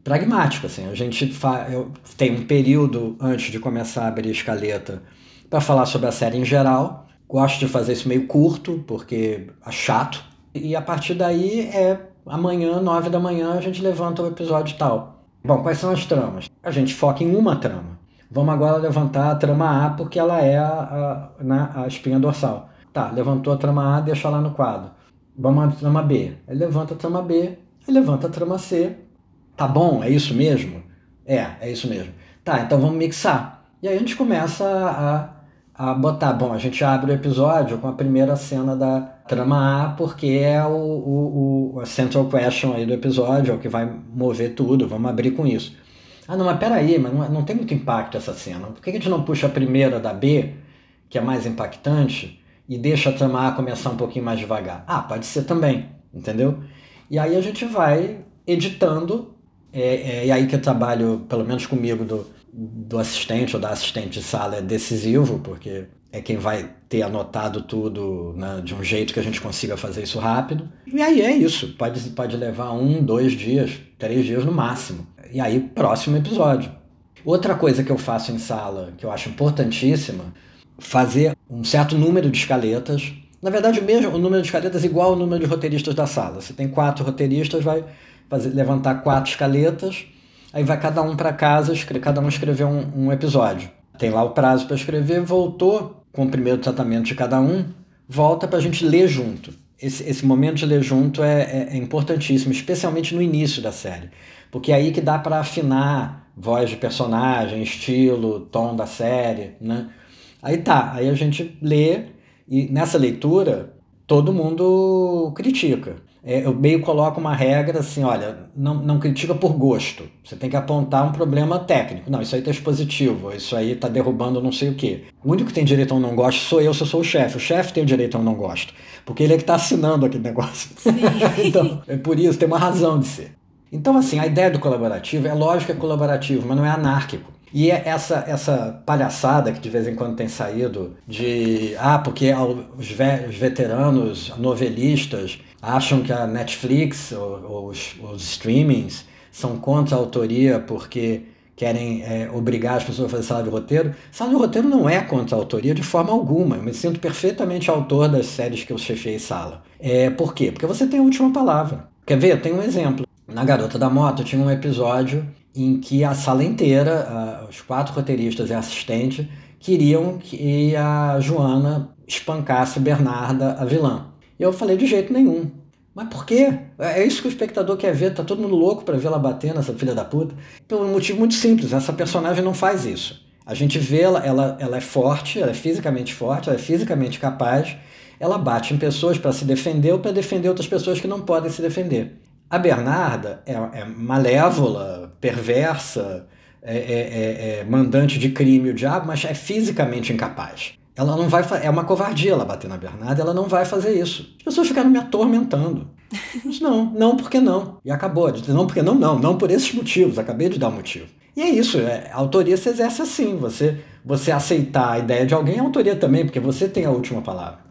[SPEAKER 2] pragmático, assim. A gente fa... Eu tenho um período antes de começar a abrir a escaleta para falar sobre a série em geral. Gosto de fazer isso meio curto, porque é chato. E a partir daí é amanhã, nove da manhã, a gente levanta o episódio tal. Bom, quais são as tramas? A gente foca em uma trama. Vamos agora levantar a trama A, porque ela é a, a, na, a espinha dorsal. Tá, levantou a trama A, deixa lá no quadro. Vamos à trama B. Aí levanta a trama B, aí levanta a trama C. Tá bom? É isso mesmo? É, é isso mesmo. Tá, então vamos mixar. E aí a gente começa a, a botar... Bom, a gente abre o episódio com a primeira cena da trama A, porque é o, o, o a central question aí do episódio, é o que vai mover tudo, vamos abrir com isso. Ah, não, mas peraí, mas não, não tem muito impacto essa cena. Por que a gente não puxa a primeira da B, que é mais impactante, e deixa a trama A começar um pouquinho mais devagar? Ah, pode ser também, entendeu? E aí a gente vai editando. É, é, e aí que eu trabalho, pelo menos comigo, do, do assistente ou da assistente de sala é decisivo, porque é quem vai ter anotado tudo, né, de um jeito que a gente consiga fazer isso rápido. E aí é isso, pode, pode levar um, dois dias, três dias no máximo. E aí, próximo episódio. Outra coisa que eu faço em sala, que eu acho importantíssima, fazer um certo número de escaletas. Na verdade, o mesmo o número de escaletas é igual ao número de roteiristas da sala. Você tem quatro roteiristas, vai fazer, levantar quatro escaletas, aí vai cada um para casa, escreve, cada um escrever um, um episódio. Tem lá o prazo para escrever, voltou com o primeiro tratamento de cada um, volta para a gente ler junto. Esse, esse momento de ler junto é, é, é importantíssimo, especialmente no início da série, porque é aí que dá para afinar voz de personagem, estilo, tom da série, né? Aí tá, aí a gente lê e nessa leitura todo mundo critica. É, eu meio coloco uma regra assim, olha, não, não critica por gosto. Você tem que apontar um problema técnico. Não, isso aí tá expositivo, isso aí tá derrubando não sei o quê. O único que tem direito a um não gosto sou eu, se eu sou o chefe. O chefe tem o direito a um não gosto, porque ele é que tá assinando aquele negócio. Então, é por isso, tem uma razão de ser. Então, assim, a ideia do colaborativo, é lógico que é colaborativo, mas não é anárquico. E é essa, essa palhaçada que de vez em quando tem saído de... Ah, porque os, ve- os veteranos novelistas acham que a Netflix ou, ou os, os streamings são contra a autoria porque querem é, obrigar as pessoas a fazer sala de roteiro. Sala de roteiro não é contra a autoria de forma alguma. Eu me sinto perfeitamente autor das séries que eu chefiei sala. É, por quê? Porque você tem a última palavra. Quer ver? Tem um exemplo. Na Garota da Moto tinha um episódio em que a sala inteira, uh, os quatro roteiristas e a assistente, queriam que a Joana espancasse Bernarda, a vilã. E eu falei, de jeito nenhum. Mas por quê? É isso que o espectador quer ver, tá todo mundo louco pra ver ela bater nessa filha da puta. Por um motivo muito simples, essa personagem não faz isso. A gente vê ela, ela, ela é forte, ela é fisicamente forte, ela é fisicamente capaz, ela bate em pessoas para se defender ou para defender outras pessoas que não podem se defender. A Bernarda é, é malévola, perversa, é, é, é, é mandante de crime, o diabo, mas é fisicamente incapaz. Ela não vai, é uma covardia ela bater na Bernarda, ela não vai fazer isso. As pessoas ficaram me atormentando. Mas não, não porque não. E acabou. Não porque não, não, não por esses motivos. Acabei de dar um motivo. E é isso, é, a autoria se exerce assim. Você, você aceitar a ideia de alguém é autoria também, porque você tem a última palavra.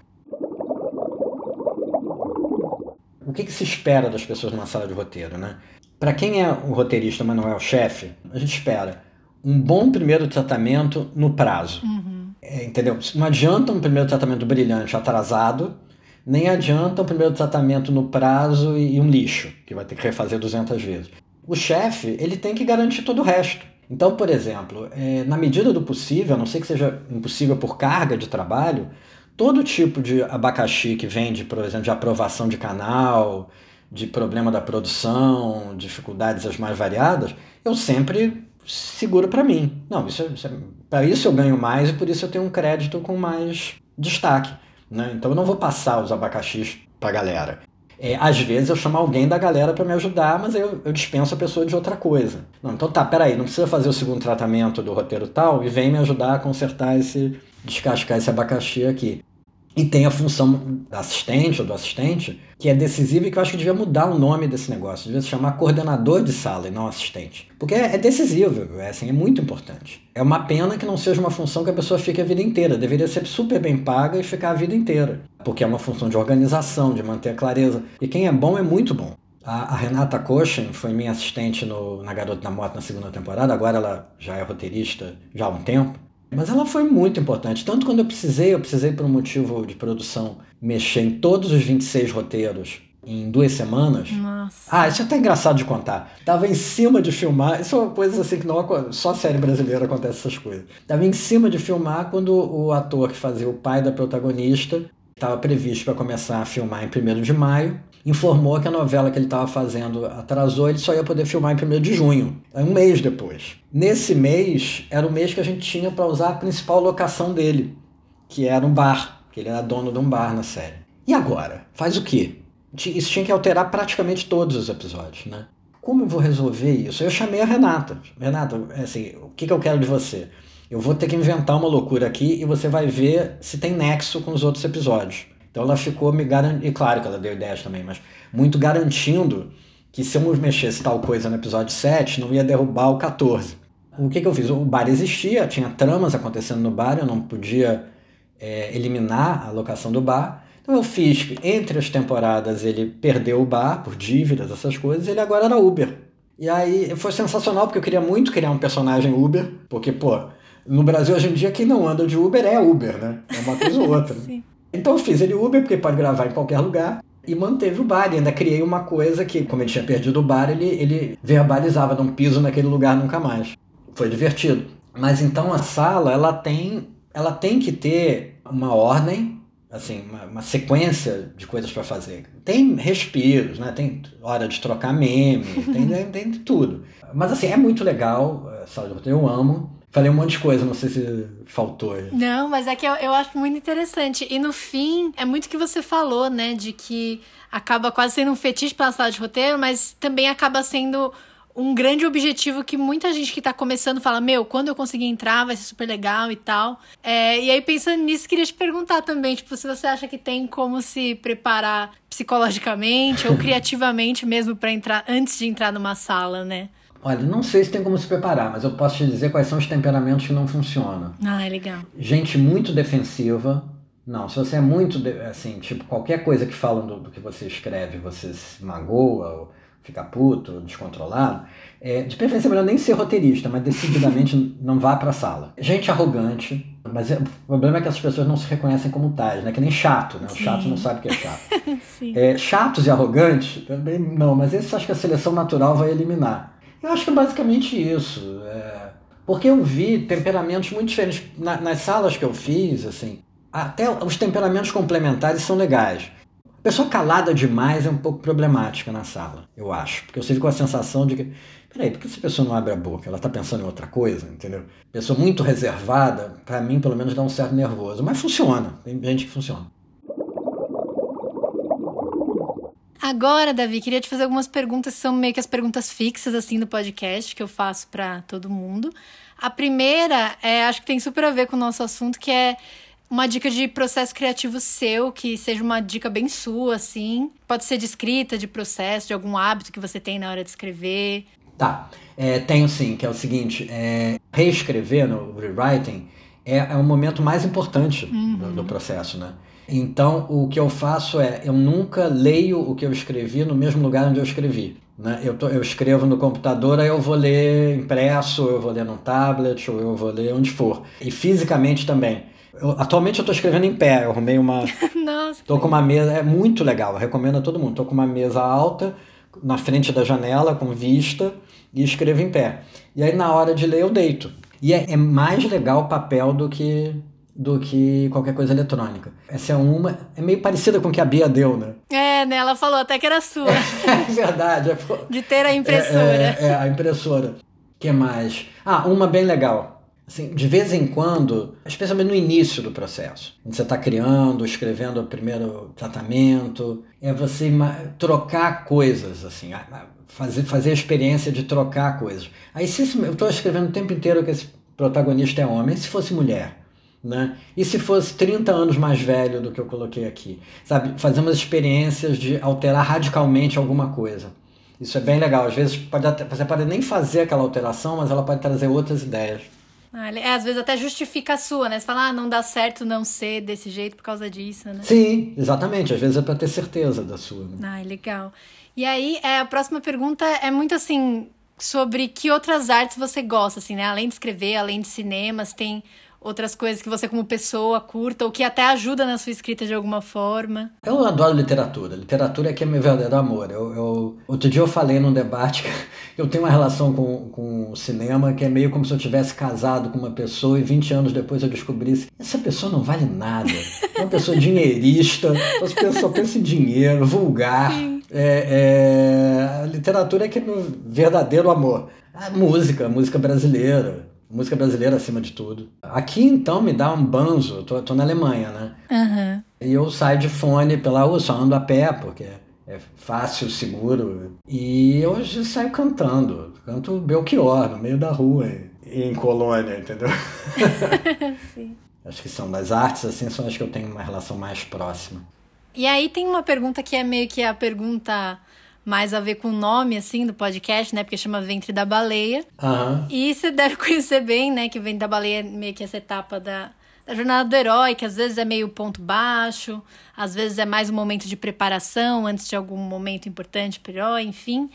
[SPEAKER 2] O que, que se espera das pessoas numa sala de roteiro, né? Para quem é o roteirista, mas não é o chefe, a gente espera um bom primeiro tratamento no prazo.
[SPEAKER 1] Uhum.
[SPEAKER 2] É, entendeu? Não adianta um primeiro tratamento brilhante atrasado, nem adianta um primeiro tratamento no prazo e, e um lixo, que vai ter que refazer duzentas vezes. O chefe, ele tem que garantir todo o resto. Então, por exemplo, é, na medida do possível, a não ser que seja impossível por carga de trabalho, todo tipo de abacaxi que vem de, por exemplo, de aprovação de canal, de problema da produção, dificuldades as mais variadas, eu sempre seguro para mim. Não, isso, isso, para isso eu ganho mais e por isso eu tenho um crédito com mais destaque, né? Então eu não vou passar os abacaxis para a galera. É, às vezes eu chamo alguém da galera para me ajudar, mas eu, eu dispenso a pessoa de outra coisa. Não, então tá, peraí, não precisa fazer o segundo tratamento do roteiro tal e vem me ajudar a consertar esse, descascar esse abacaxi aqui. E tem a função da assistente ou do assistente, que é decisiva e que eu acho que devia mudar o nome desse negócio. Devia se chamar coordenador de sala e não assistente. Porque é decisivo, é, assim, é muito importante. É uma pena que não seja uma função que a pessoa fique a vida inteira. Deveria ser super bem paga e ficar a vida inteira. Porque é uma função de organização, de manter a clareza. E quem é bom é muito bom. A, a Renata Cochen foi minha assistente no, na Garota da Moto na segunda temporada, agora ela já é roteirista já há um tempo. Mas ela foi muito importante, tanto quando eu precisei, eu precisei por um motivo de produção mexer em todos os vinte e seis roteiros em duas semanas.
[SPEAKER 1] Nossa.
[SPEAKER 2] Ah, isso é até engraçado de contar. Tava em cima de filmar, isso é uma coisa assim que não, só série brasileira acontece essas coisas. Tava em cima de filmar quando o ator que fazia o pai da protagonista estava previsto para começar a filmar em primeiro de maio, informou que a novela que ele estava fazendo atrasou, ele só ia poder filmar em primeiro de junho, um mês depois. Nesse mês, era o mês que a gente tinha para usar a principal locação dele, que era um bar, que ele era dono de um bar na série. E agora? Faz o quê? Isso tinha que alterar praticamente todos os episódios, né? Como eu vou resolver isso? Eu chamei a Renata. Renata, assim, o que, que eu quero de você? Eu vou ter que inventar uma loucura aqui e você vai ver se tem nexo com os outros episódios. Então ela ficou me garantindo, e claro que ela deu ideias também, mas muito garantindo que se eu mexesse tal coisa no episódio sete, não ia derrubar o catorze. O que, que eu fiz? O bar existia, tinha tramas acontecendo no bar, eu não podia é, eliminar a locação do bar. Então eu fiz que entre as temporadas ele perdeu o bar por dívidas, essas coisas, e ele agora era Uber. E aí foi sensacional, porque eu queria muito criar um personagem Uber, porque, pô, no Brasil hoje em dia quem não anda de Uber é Uber, né? É uma coisa ou outra.
[SPEAKER 1] Sim.
[SPEAKER 2] Então eu fiz ele Uber, porque pode gravar em qualquer lugar, e manteve o bar. E ainda criei uma coisa que, como ele tinha perdido o bar, ele, ele verbalizava, não piso naquele lugar nunca mais. Foi divertido. Mas então a sala, ela tem, ela tem que ter uma ordem, assim, uma, uma sequência de coisas para fazer. Tem respiros, né? Tem hora de trocar meme, tem, tem, tem tudo. Mas assim, é muito legal, a sala de roteiro, eu amo. Falei um monte de coisa, não sei se faltou aí.
[SPEAKER 1] Não, mas é que eu, eu acho muito interessante. E no fim, é muito o que você falou, né? De que acaba quase sendo um fetiche pela sala de roteiro, mas também acaba sendo um grande objetivo que muita gente que tá começando fala, meu, quando eu conseguir entrar vai ser super legal e tal. É, e aí, pensando nisso, queria te perguntar também, tipo, se você acha que tem como se preparar psicologicamente ou criativamente mesmo pra entrar, antes de entrar numa sala, né?
[SPEAKER 2] Olha, não sei se tem como se preparar, mas eu posso te dizer quais são os temperamentos que não funcionam.
[SPEAKER 1] Ah, é legal.
[SPEAKER 2] Gente muito defensiva. Não, se você é muito, assim, tipo, qualquer coisa que falam do, do que você escreve, você se magoa, ou fica puto, descontrolado. É, de preferência, é melhor nem ser roteirista, mas decididamente não vá pra sala. Gente arrogante, mas é, o problema é que essas pessoas não se reconhecem como tais, né? Que nem chato, né? O
[SPEAKER 1] Sim.
[SPEAKER 2] chato não sabe o que é chato.
[SPEAKER 1] Sim.
[SPEAKER 2] É, chatos e arrogantes, também não, mas esses acho que a seleção natural vai eliminar. Eu acho que é basicamente isso. É... Porque eu vi temperamentos muito diferentes. Na, nas salas que eu fiz, assim, até os temperamentos complementares são legais. A pessoa calada demais é um pouco problemática na sala, eu acho. Porque você fica com a sensação de que, peraí, por que essa pessoa não abre a boca? Ela tá pensando em outra coisa, entendeu? Pessoa muito reservada, pra mim, pelo menos, dá um certo nervoso. Mas funciona. Tem gente que funciona.
[SPEAKER 1] Agora, Davi, queria te fazer algumas perguntas que são meio que as perguntas fixas, assim, do podcast, que eu faço pra todo mundo. A primeira, é, acho que tem super a ver com o nosso assunto, que é uma dica de processo criativo seu, que seja uma dica bem sua, assim. Pode ser de escrita, de processo, de algum hábito que você tem na hora de escrever.
[SPEAKER 2] Tá, é, tenho sim, que é o seguinte, é, reescrever no rewriting é, é o momento mais importante uhum. do, do processo, né? Então, o que eu faço é, eu nunca leio o que eu escrevi no mesmo lugar onde eu escrevi, né? Eu, tô, eu escrevo no computador, aí eu vou ler impresso, eu vou ler no tablet, ou eu vou ler onde for. E fisicamente também. Eu, atualmente eu estou escrevendo em pé, eu arrumei uma...
[SPEAKER 1] Nossa!
[SPEAKER 2] Tô com uma mesa, é muito legal, eu recomendo a todo mundo. Tô com uma mesa alta, na frente da janela, com vista, e escrevo em pé. E aí, na hora de ler, eu deito. E é, é mais legal o papel do que... do que qualquer coisa eletrônica. Essa é uma... É meio parecida com o que a Bia deu, né?
[SPEAKER 1] É, né? Ela falou até que era sua.
[SPEAKER 2] É verdade. É,
[SPEAKER 1] de ter a impressora.
[SPEAKER 2] É, é, é a impressora. O que mais? Ah, uma bem legal. Assim, de vez em quando, especialmente no início do processo, quando você está criando, escrevendo o primeiro tratamento, é você trocar coisas, assim, fazer, fazer a experiência de trocar coisas. Aí, se eu estou escrevendo o tempo inteiro que esse protagonista é homem, se fosse mulher... Né? E se fosse trinta anos mais velho do que eu coloquei aqui? Sabe? Fazer umas experiências de alterar radicalmente alguma coisa. Isso é bem legal. Às vezes pode até, você pode nem fazer aquela alteração, mas ela pode trazer outras ideias.
[SPEAKER 1] Ah, é, às vezes até justifica a sua, né? Você fala, ah, não dá certo não ser desse jeito por causa disso, né?
[SPEAKER 2] Sim, exatamente. Às vezes é pra ter certeza da sua. Né?
[SPEAKER 1] Ah, legal. E aí, é, a próxima pergunta é muito assim, sobre que outras artes você gosta, assim, né? Além de escrever, além de cinemas, tem outras coisas que você como pessoa curta ou que até ajuda na sua escrita de alguma forma?
[SPEAKER 2] Eu adoro literatura. Literatura é que é meu verdadeiro amor. Eu, eu, outro dia eu falei num debate que eu tenho uma relação com, com o cinema que é meio como se eu tivesse casado com uma pessoa e vinte anos depois eu descobrisse essa pessoa não vale nada. É uma pessoa dinheirista, essa pessoa só pensa em dinheiro, vulgar. É, é, a literatura é que é meu verdadeiro amor. A música, a música brasileira. Música brasileira acima de tudo. Aqui, então, me dá um banzo. Eu tô, tô na Alemanha, né?
[SPEAKER 1] Uhum.
[SPEAKER 2] E eu saio de fone pela rua, só ando a pé, porque é fácil, seguro. E hoje saio cantando. Canto Belchior, no meio da rua, em Colônia, entendeu?
[SPEAKER 1] Sim.
[SPEAKER 2] Acho que são das artes, assim, são as que eu tenho uma relação mais próxima.
[SPEAKER 1] E aí tem uma pergunta que é meio que a pergunta... mais a ver com o nome, assim, do podcast, né? Porque chama Ventre da Baleia.
[SPEAKER 2] Uhum.
[SPEAKER 1] E você deve conhecer bem, né? Que o Ventre da Baleia é meio que essa etapa da, da jornada do herói, que às vezes é meio ponto baixo, às vezes é mais um momento de preparação antes de algum momento importante pro herói, enfim.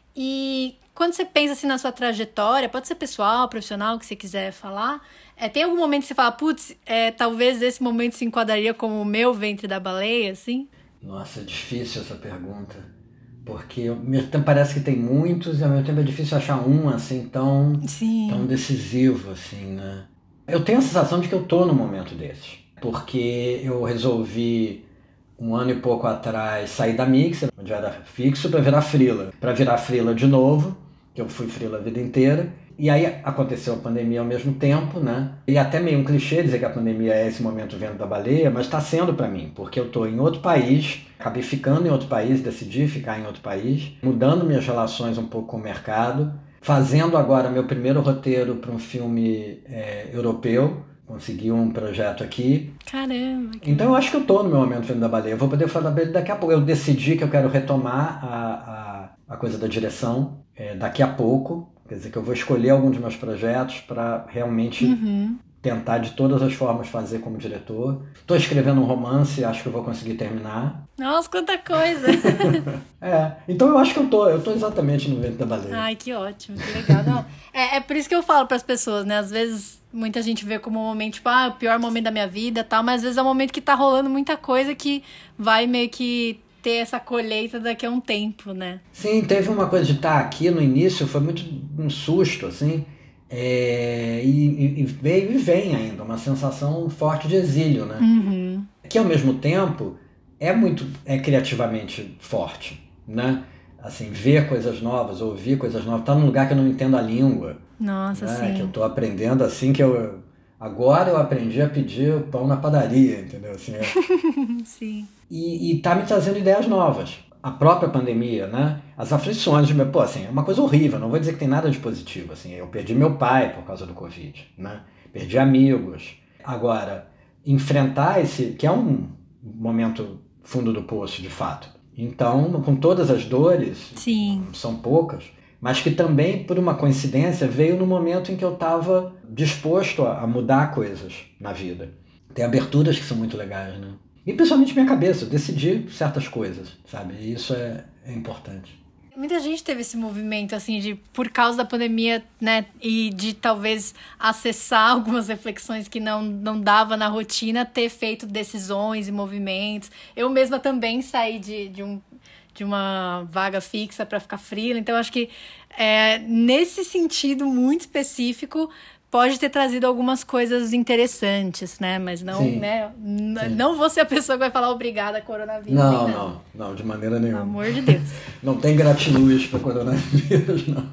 [SPEAKER 1] E quando você pensa, assim, na sua trajetória, pode ser pessoal, profissional, o que você quiser falar, é, tem algum momento que você fala, putz, é, talvez esse momento se enquadraria como o meu Ventre da Baleia, assim?
[SPEAKER 2] Nossa, é difícil essa pergunta. Porque ao mesmo tempo parece que tem muitos e ao mesmo tempo é difícil achar um assim tão, tão decisivo, assim, né? Eu tenho a sensação de que eu tô num momento desses. Porque eu resolvi, um ano e pouco atrás, sair da Mixer, onde era fixo, para virar freela. Para virar freela de novo, que eu fui freela a vida inteira. E aí aconteceu a pandemia ao mesmo tempo, né? E até meio um clichê dizer que a pandemia é esse momento vendo da baleia, mas está sendo para mim, porque eu estou em outro país, acabei ficando em outro país, decidi ficar em outro país, mudando minhas relações um pouco com o mercado, fazendo agora meu primeiro roteiro para um filme é, europeu, consegui um projeto aqui.
[SPEAKER 1] Caramba! Que...
[SPEAKER 2] Então eu acho que eu estou no meu momento vendo da baleia, eu vou poder falar da baleia daqui a pouco. Eu decidi que eu quero retomar a, a, a coisa da direção é, daqui a pouco. Quer dizer, que eu vou escolher alguns dos meus projetos para realmente
[SPEAKER 1] uhum.
[SPEAKER 2] tentar de todas as formas fazer como diretor. Estou escrevendo um romance, acho que eu vou conseguir terminar.
[SPEAKER 1] Nossa, quanta coisa!
[SPEAKER 2] É, então eu acho que eu tô, eu tô exatamente no vento da baleia.
[SPEAKER 1] Ai, que ótimo, que legal. Não, é, é por isso que eu falo para as pessoas, né? Às vezes muita gente vê como um momento, tipo, ah, o pior momento da minha vida e tal, mas às vezes é um momento que tá rolando muita coisa que vai meio que ter essa colheita daqui a um tempo, né?
[SPEAKER 2] Sim, teve uma coisa de estar aqui no início, foi muito um susto, assim, é, e, e veio e vem ainda, uma sensação forte de exílio, né?
[SPEAKER 1] Uhum.
[SPEAKER 2] Que ao mesmo tempo é muito é criativamente forte, né? Assim, ver coisas novas, ouvir coisas novas, estar num lugar que eu não entendo a língua.
[SPEAKER 1] Nossa,
[SPEAKER 2] né?
[SPEAKER 1] sim.
[SPEAKER 2] Que eu tô aprendendo assim que eu... Agora eu aprendi a pedir pão na padaria, entendeu? Assim, é...
[SPEAKER 1] Sim.
[SPEAKER 2] E, e tá me trazendo ideias novas. A própria pandemia, né? As aflições de meu... Pô, assim, é uma coisa horrível, não vou dizer que tem nada de positivo, assim. Eu perdi meu pai por causa do Covid, né? Perdi amigos. Agora, enfrentar esse... que é um momento fundo do poço, de fato. Então, com todas as dores,
[SPEAKER 1] Sim.
[SPEAKER 2] são poucas, mas que também, por uma coincidência, veio no momento em que eu estava disposto a mudar coisas na vida. Tem aberturas que são muito legais, né? E principalmente minha cabeça, eu decidi certas coisas, sabe? E isso é, é importante.
[SPEAKER 1] Muita gente teve esse movimento, assim, de, por causa da pandemia, né, e de talvez acessar algumas reflexões que não, não dava na rotina, ter feito decisões e movimentos. Eu mesma também saí de, de, um, de uma vaga fixa para ficar freela, então acho que é, nesse sentido muito específico, pode ter trazido algumas coisas interessantes, né? Mas não,
[SPEAKER 2] Sim,
[SPEAKER 1] né?
[SPEAKER 2] sim.
[SPEAKER 1] Não vou ser a pessoa que vai falar obrigada, coronavírus.
[SPEAKER 2] Não, não, não, de maneira nenhuma.
[SPEAKER 1] Pelo amor de Deus.
[SPEAKER 2] Não tem gratiluz para coronavírus, não.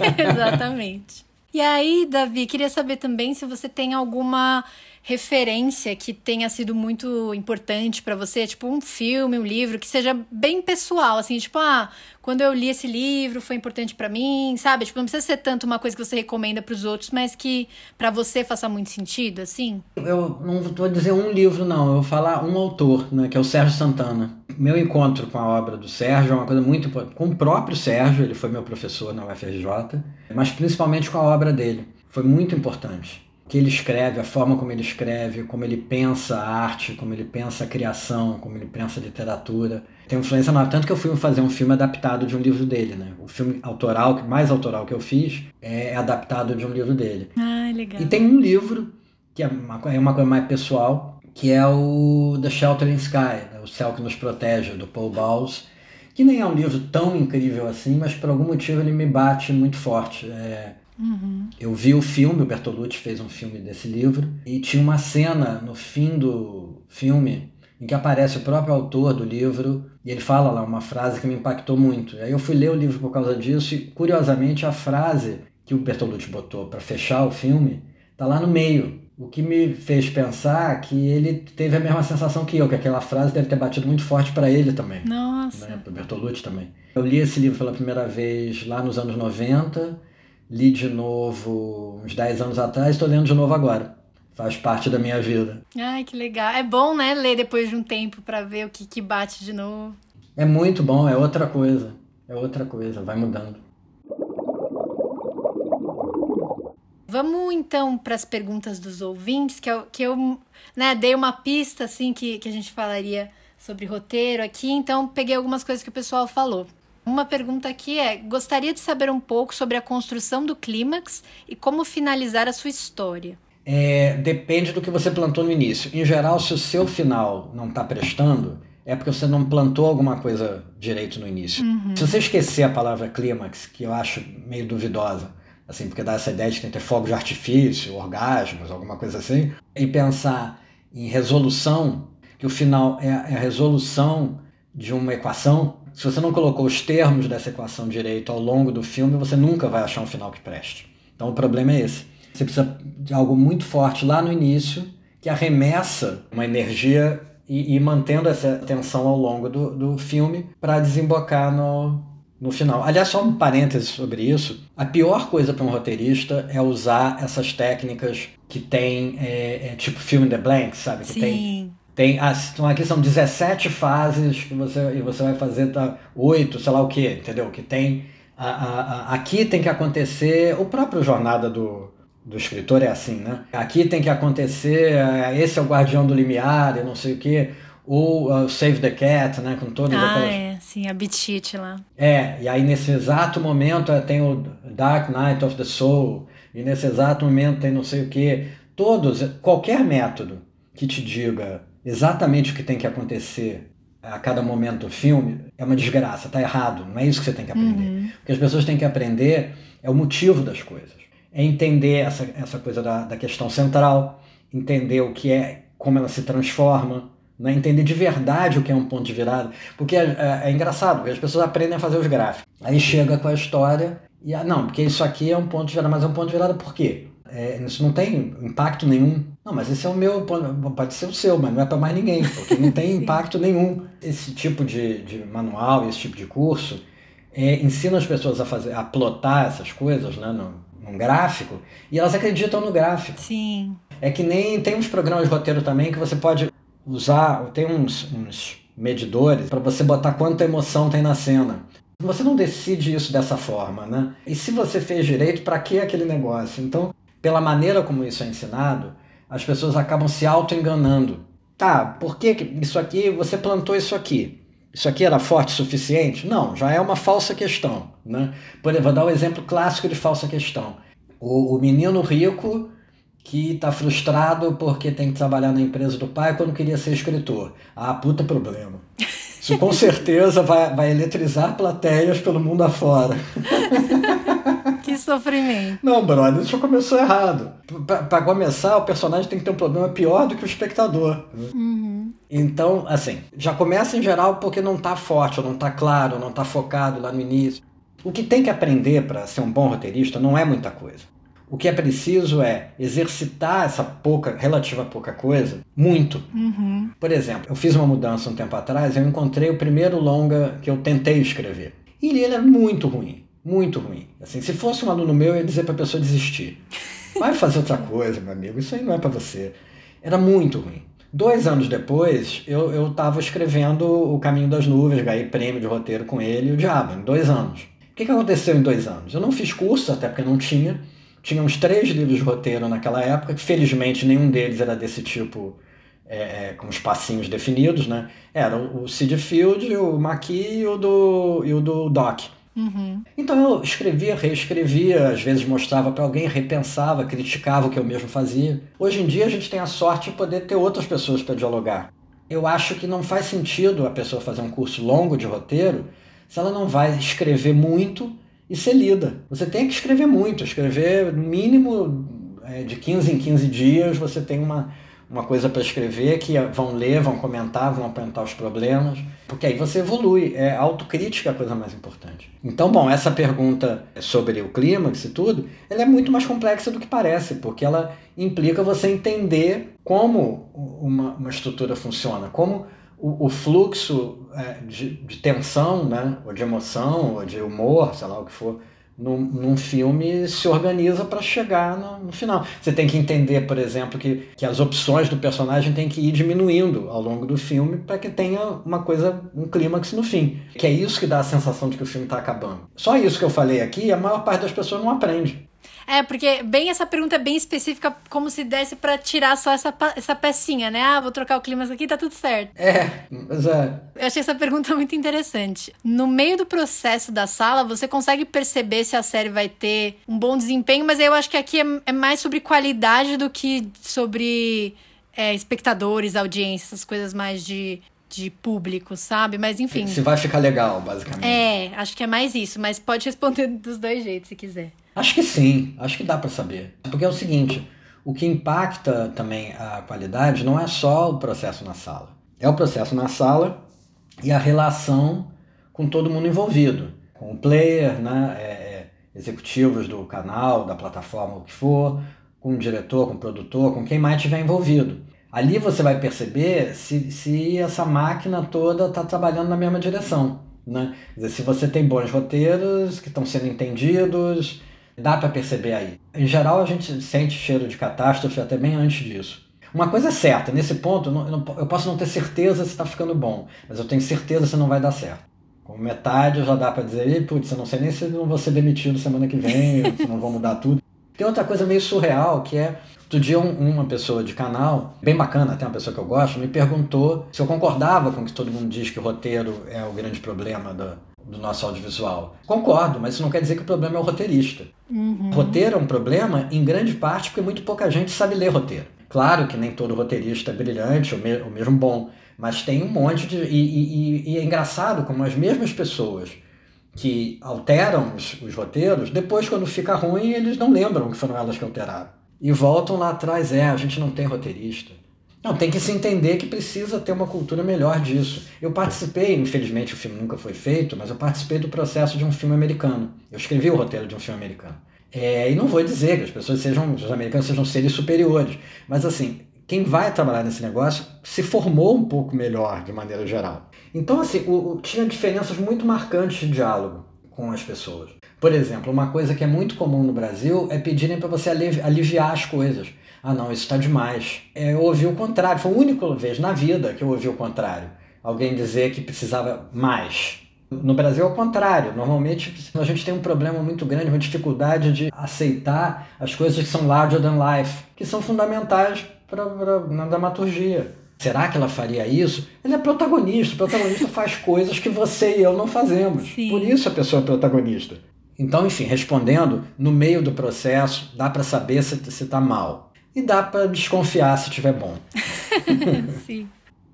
[SPEAKER 1] Exatamente. E aí, Davi, queria saber também se você tem alguma referência que tenha sido muito importante pra você, tipo um filme, um livro, que seja bem pessoal, assim, tipo, ah, quando eu li esse livro foi importante pra mim, sabe? Tipo, não precisa ser tanto uma coisa que você recomenda pros outros, mas que pra você faça muito sentido, assim?
[SPEAKER 2] Eu não vou dizer um livro, não. Eu vou falar um autor, né, que é o Sérgio Santana. Meu encontro com a obra do Sérgio é uma coisa muito importante. Com o próprio Sérgio, ele foi meu professor na U F R J, mas principalmente com a obra dele. Foi muito importante. que ele escreve, a forma como ele escreve, como ele pensa a arte, como ele pensa a criação, como ele pensa a literatura. Tem influência não, tanto que eu fui fazer um filme adaptado de um livro dele, né? O filme autoral, mais autoral que eu fiz, é adaptado de um livro dele.
[SPEAKER 1] Ah, legal.
[SPEAKER 2] E tem um livro, que é uma, é uma coisa mais pessoal, que é o The Sheltering Sky, né? O Céu que Nos Protege, do Paul Bowles, que nem é um livro tão incrível assim, mas por algum motivo ele me bate muito forte. É...
[SPEAKER 1] Uhum.
[SPEAKER 2] Eu vi o filme, o Bertolucci fez um filme desse livro, e tinha uma cena no fim do filme em que aparece o próprio autor do livro, e ele fala lá uma frase que me impactou muito. Aí eu fui ler o livro por causa disso, e curiosamente a frase que o Bertolucci botou para fechar o filme está lá no meio. O que me fez pensar que ele teve a mesma sensação que eu, que aquela frase deve ter batido muito forte para ele também.
[SPEAKER 1] Nossa!
[SPEAKER 2] Né? Para o Bertolucci também. Eu li esse livro pela primeira vez lá nos anos noventa, li de novo uns dez anos atrás, estou lendo de novo agora. Faz parte da minha vida.
[SPEAKER 1] Ai, que legal. É bom, né, ler depois de um tempo para ver o que, que bate de novo.
[SPEAKER 2] É muito bom, é outra coisa. É outra coisa, vai mudando.
[SPEAKER 1] Vamos então para as perguntas dos ouvintes, que eu, que eu né, dei uma pista assim que, que a gente falaria sobre roteiro aqui, então peguei algumas coisas que o pessoal falou. Uma pergunta aqui é: gostaria de saber um pouco sobre a construção do clímax e como finalizar a sua história.
[SPEAKER 2] É, depende do que você plantou no início. Em geral, se o seu final não está prestando, é porque você não plantou alguma coisa direito no início.
[SPEAKER 1] Uhum.
[SPEAKER 2] Se você esquecer a palavra clímax, que eu acho meio duvidosa, assim, porque dá essa ideia de que tem que ter fogo de artifício, orgasmos, alguma coisa assim, e pensar em resolução, que o final é a resolução de uma equação. Se você não colocou os termos dessa equação direito ao longo do filme, você nunca vai achar um final que preste. Então o problema é esse. Você precisa de algo muito forte lá no início, que arremessa uma energia e, e mantendo essa tensão ao longo do, do filme para desembocar no, no final. Aliás, só um parêntese sobre isso. A pior coisa para um roteirista é usar essas técnicas que tem, é, é, tipo fill in the blank, sabe? Que
[SPEAKER 1] Sim.
[SPEAKER 2] tem, tem as, então aqui são dezessete fases que você, e você vai fazer tá, oito, sei lá o quê, entendeu? Que tem, a, a, a, aqui tem que acontecer, o próprio Jornada do... do escritor é assim, né? Aqui tem que acontecer, esse é o guardião do limiar, eu não sei o quê, ou uh, Save the Cat, né? Com todas
[SPEAKER 1] ah,
[SPEAKER 2] aquelas...
[SPEAKER 1] é, sim, a beat sheet lá.
[SPEAKER 2] É, e aí nesse exato momento tem o Dark Night of the Soul, e nesse exato momento tem não sei o quê. Todos, qualquer método que te diga exatamente o que tem que acontecer a cada momento do filme é uma desgraça, tá errado, não é isso que você tem que aprender.
[SPEAKER 1] Uhum.
[SPEAKER 2] O que as pessoas têm que aprender é o motivo das coisas. É entender essa, essa coisa da, da questão central, entender o que é, como ela se transforma, né? Entender de verdade o que é um ponto de virada. Porque é, é, é engraçado, porque as pessoas aprendem a fazer os gráficos. Aí chega com a história e, ah, não, porque isso aqui é um ponto de virada, mas é um ponto de virada por quê? É, isso não tem impacto nenhum. Não, mas esse é o meu, pode ser o seu, mas não é para mais ninguém, porque não tem impacto nenhum. Esse tipo de, de manual, esse tipo de curso, é, ensina as pessoas a, fazer, a plotar essas coisas, né, no, um gráfico, e elas acreditam no gráfico.
[SPEAKER 1] Sim.
[SPEAKER 2] É que nem tem uns programas de roteiro também que você pode usar, tem uns, uns medidores para você botar quanta emoção tem na cena. Você não decide isso dessa forma, né? E se você fez direito, para que aquele negócio? Então, pela maneira como isso é ensinado, as pessoas acabam se auto-enganando. Tá, por que isso aqui, você plantou isso aqui? Isso aqui era forte o suficiente? Não, já é uma falsa questão, né? Por exemplo, vou dar um exemplo clássico de falsa questão. O, o menino rico que está frustrado porque tem que trabalhar na empresa do pai quando queria ser escritor. Ah, puta problema. Isso com certeza vai, vai eletrizar plateias pelo mundo afora.
[SPEAKER 1] Que sofrimento.
[SPEAKER 2] Não, brother, isso já começou errado. Para começar, o personagem tem que ter um problema pior do que o espectador.
[SPEAKER 1] Uhum.
[SPEAKER 2] Então, assim, já começa em geral porque não tá forte, ou não tá claro, ou não tá focado lá no início. O que tem que aprender para ser um bom roteirista não é muita coisa. O que é preciso é exercitar essa pouca, relativa pouca coisa, muito.
[SPEAKER 1] Uhum.
[SPEAKER 2] Por exemplo, eu fiz uma mudança um tempo atrás, eu encontrei o primeiro longa que eu tentei escrever. E ele era muito ruim, muito ruim. Assim, se fosse um aluno meu, eu ia dizer para a pessoa desistir. Vai fazer outra coisa, meu amigo, isso aí não é para você. Era muito ruim. Dois anos depois, eu estava escrevendo O Caminho das Nuvens, ganhei prêmio de roteiro com ele e o diabo, em dois anos. O que, que aconteceu em dois anos? Eu não fiz curso, até porque não tinha. tinha uns três livros de roteiro naquela época, que felizmente nenhum deles era desse tipo, é, é, com espacinhos definidos, né? Era o Sid Field, o McKee e o do, e o do Doc.
[SPEAKER 1] Uhum.
[SPEAKER 2] Então eu escrevia, reescrevia, às vezes mostrava para alguém, repensava, criticava o que eu mesmo fazia. Hoje em dia a gente tem a sorte de poder ter outras pessoas para dialogar. Eu acho que não faz sentido a pessoa fazer um curso longo de roteiro se ela não vai escrever muito e ser lida. Você tem que escrever muito, escrever no mínimo é, de quinze em quinze dias você tem uma, uma coisa para escrever que vão ler, vão comentar, vão apontar os problemas, porque aí você evolui. É, a autocrítica é a coisa mais importante. Então, bom, essa pergunta sobre o clímax e tudo, ela é muito mais complexa do que parece, porque ela implica você entender como uma, uma estrutura funciona, como o, o fluxo é, de, de tensão, né, ou de emoção, ou de humor, sei lá o que for, num, num filme se organiza para chegar no, no final. Você tem que entender, por exemplo, que, que as opções do personagem têm que ir diminuindo ao longo do filme para que tenha uma coisa, um clímax no fim. Que é isso que dá a sensação de que o filme está acabando. Só isso que eu falei aqui, a maior parte das pessoas não aprende.
[SPEAKER 1] É, porque bem essa pergunta é bem específica, como se desse pra tirar só essa, essa pecinha, né? Ah, vou trocar o clima aqui, tá tudo certo.
[SPEAKER 2] É, mas é...
[SPEAKER 1] Eu achei essa pergunta muito interessante. No meio do processo da sala, você consegue perceber se a série vai ter um bom desempenho, mas eu acho que aqui é, é mais sobre qualidade do que sobre é, espectadores, audiência, essas coisas mais de... de público, sabe? Mas enfim...
[SPEAKER 2] Se vai ficar legal, basicamente.
[SPEAKER 1] É, acho que é mais isso, mas pode responder dos dois jeitos, se quiser.
[SPEAKER 2] Acho que sim, acho que dá para saber. Porque é o seguinte, o que impacta também a qualidade não é só o processo na sala. É o processo na sala e a relação com todo mundo envolvido. Com o player, né, é, executivos do canal, da plataforma, o que for, com o diretor, com o produtor, com quem mais estiver envolvido. Ali você vai perceber se, se essa máquina toda está trabalhando na mesma direção, né? Quer dizer, se você tem bons roteiros que estão sendo entendidos, dá para perceber aí. Em geral, a gente sente cheiro de catástrofe até bem antes disso. Uma coisa é certa, nesse ponto, eu, não, eu posso não ter certeza se está ficando bom, mas eu tenho certeza se não vai dar certo. Com metade já dá para dizer, putz, eu não sei nem se eu não vou ser demitido semana que vem, se não vão mudar tudo. Tem outra coisa meio surreal, que é... Outro dia um, uma pessoa de canal, bem bacana, até uma pessoa que eu gosto, me perguntou se eu concordava com o que todo mundo diz que o roteiro é o grande problema do, do nosso audiovisual. Concordo, mas isso não quer dizer que o problema é o roteirista.
[SPEAKER 1] Uhum.
[SPEAKER 2] O roteiro é um problema, em grande parte, porque muito pouca gente sabe ler roteiro. Claro que nem todo roteirista é brilhante ou, me, ou mesmo bom, mas tem um monte de... E, e, e é engraçado como as mesmas pessoas que alteram os, os roteiros, depois, quando fica ruim, eles não lembram que foram elas que alteraram. E voltam lá atrás, é, a gente não tem roteirista. Não, tem que se entender que precisa ter uma cultura melhor disso. Eu participei, infelizmente o filme nunca foi feito, mas eu participei do processo de um filme americano. Eu escrevi o roteiro de um filme americano. É, e não vou dizer que as pessoas sejam, os americanos sejam seres superiores, mas assim, quem vai trabalhar nesse negócio se formou um pouco melhor, de maneira geral. Então, assim, o, o, tinha diferenças muito marcantes de diálogo com as pessoas. Por exemplo, uma coisa que é muito comum no Brasil é pedirem para você aliviar as coisas. Ah, não, isso está demais. É, eu ouvi o contrário. Foi a única vez na vida que eu ouvi o contrário. Alguém dizer que precisava mais. No Brasil é o contrário. Normalmente a gente tem um problema muito grande, uma dificuldade de aceitar as coisas que são larger than life, que são fundamentais para a dramaturgia. Será que ela faria isso? Ele é protagonista. O protagonista faz coisas que você e eu não fazemos.
[SPEAKER 1] Sim.
[SPEAKER 2] Por isso a pessoa é protagonista. Então, enfim, respondendo, no meio do processo, dá para saber se está mal. E dá para desconfiar se estiver bom.
[SPEAKER 1] Sim.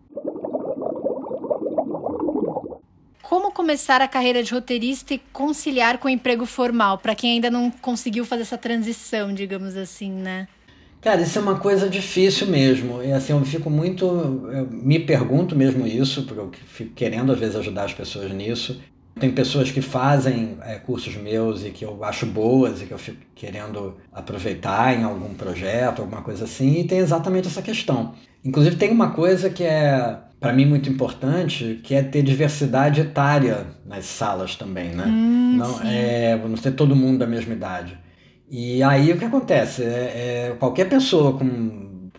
[SPEAKER 1] Como começar a carreira de roteirista e conciliar com o emprego formal? Para quem ainda não conseguiu fazer essa transição, digamos assim, né?
[SPEAKER 2] Cara, isso é uma coisa difícil mesmo. E assim, eu fico muito... Eu me pergunto mesmo isso, porque eu fico querendo às vezes ajudar as pessoas nisso. Tem pessoas que fazem é, cursos meus e que eu acho boas e que eu fico querendo aproveitar em algum projeto, alguma coisa assim, e tem exatamente essa questão. Inclusive tem uma coisa que é, para mim, muito importante, que é ter diversidade etária nas salas também, né?
[SPEAKER 1] Hum,
[SPEAKER 2] não, é, não ter todo mundo da mesma idade. E aí o que acontece? É, é, qualquer pessoa com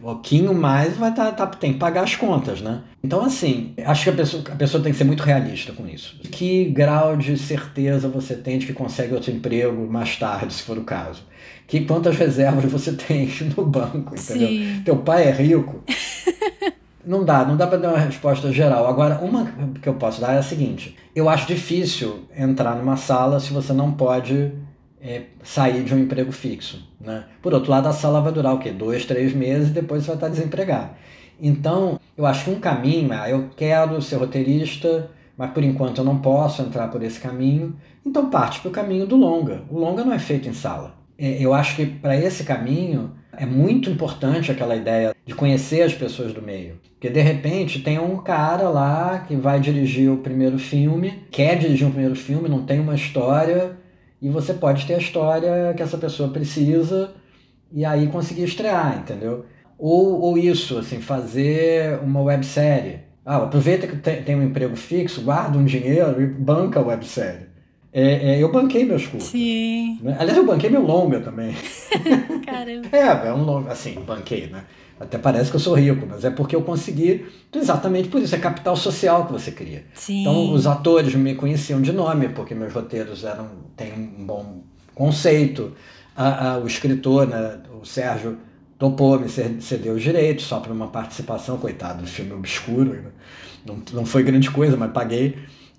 [SPEAKER 2] pouquinho mais, vai tá, tá, tem que pagar as contas, né? Então, assim, acho que a pessoa, a pessoa tem que ser muito realista com isso. Que grau de certeza você tem de que consegue outro emprego mais tarde, se for o caso? Que quantas reservas você tem no banco, entendeu?
[SPEAKER 1] Sim.
[SPEAKER 2] Teu pai é rico? Não dá, não dá para dar uma resposta geral. Agora, uma que eu posso dar é a seguinte. Eu acho difícil entrar numa sala se você não pode é, sair de um emprego fixo, né? Por outro lado, a sala vai durar o quê? Dois, três meses e depois você vai estar desempregado. Então, eu acho que um caminho é, eu quero ser roteirista, mas por enquanto eu não posso entrar por esse caminho, então parte para o caminho do longa. O longa não é feito em sala. Eu acho que para esse caminho é muito importante aquela ideia de conhecer as pessoas do meio. Porque de repente tem um cara lá que vai dirigir o primeiro filme, quer dirigir um primeiro filme, não tem uma história, e você pode ter a história que essa pessoa precisa e aí conseguir estrear, entendeu? Ou, ou isso, assim, fazer uma websérie. Ah, aproveita que tem um emprego fixo, guarda um dinheiro e banca a websérie. É, é, eu banquei meus curtas.
[SPEAKER 1] Sim.
[SPEAKER 2] Né? Aliás, eu banquei meu longa também.
[SPEAKER 1] Caramba.
[SPEAKER 2] É, é um longa, assim, banquei, né? Até parece que eu sou rico, mas é porque eu consegui exatamente por isso, é capital social que você cria.
[SPEAKER 1] Sim.
[SPEAKER 2] Então, os atores me conheciam de nome, porque meus roteiros eram, têm um bom conceito. A, a, o escritor, né, o Sérgio, topou me ceder os direitos só para uma participação, coitado, do filme obscuro. Né? Não, não foi grande coisa, mas paguei.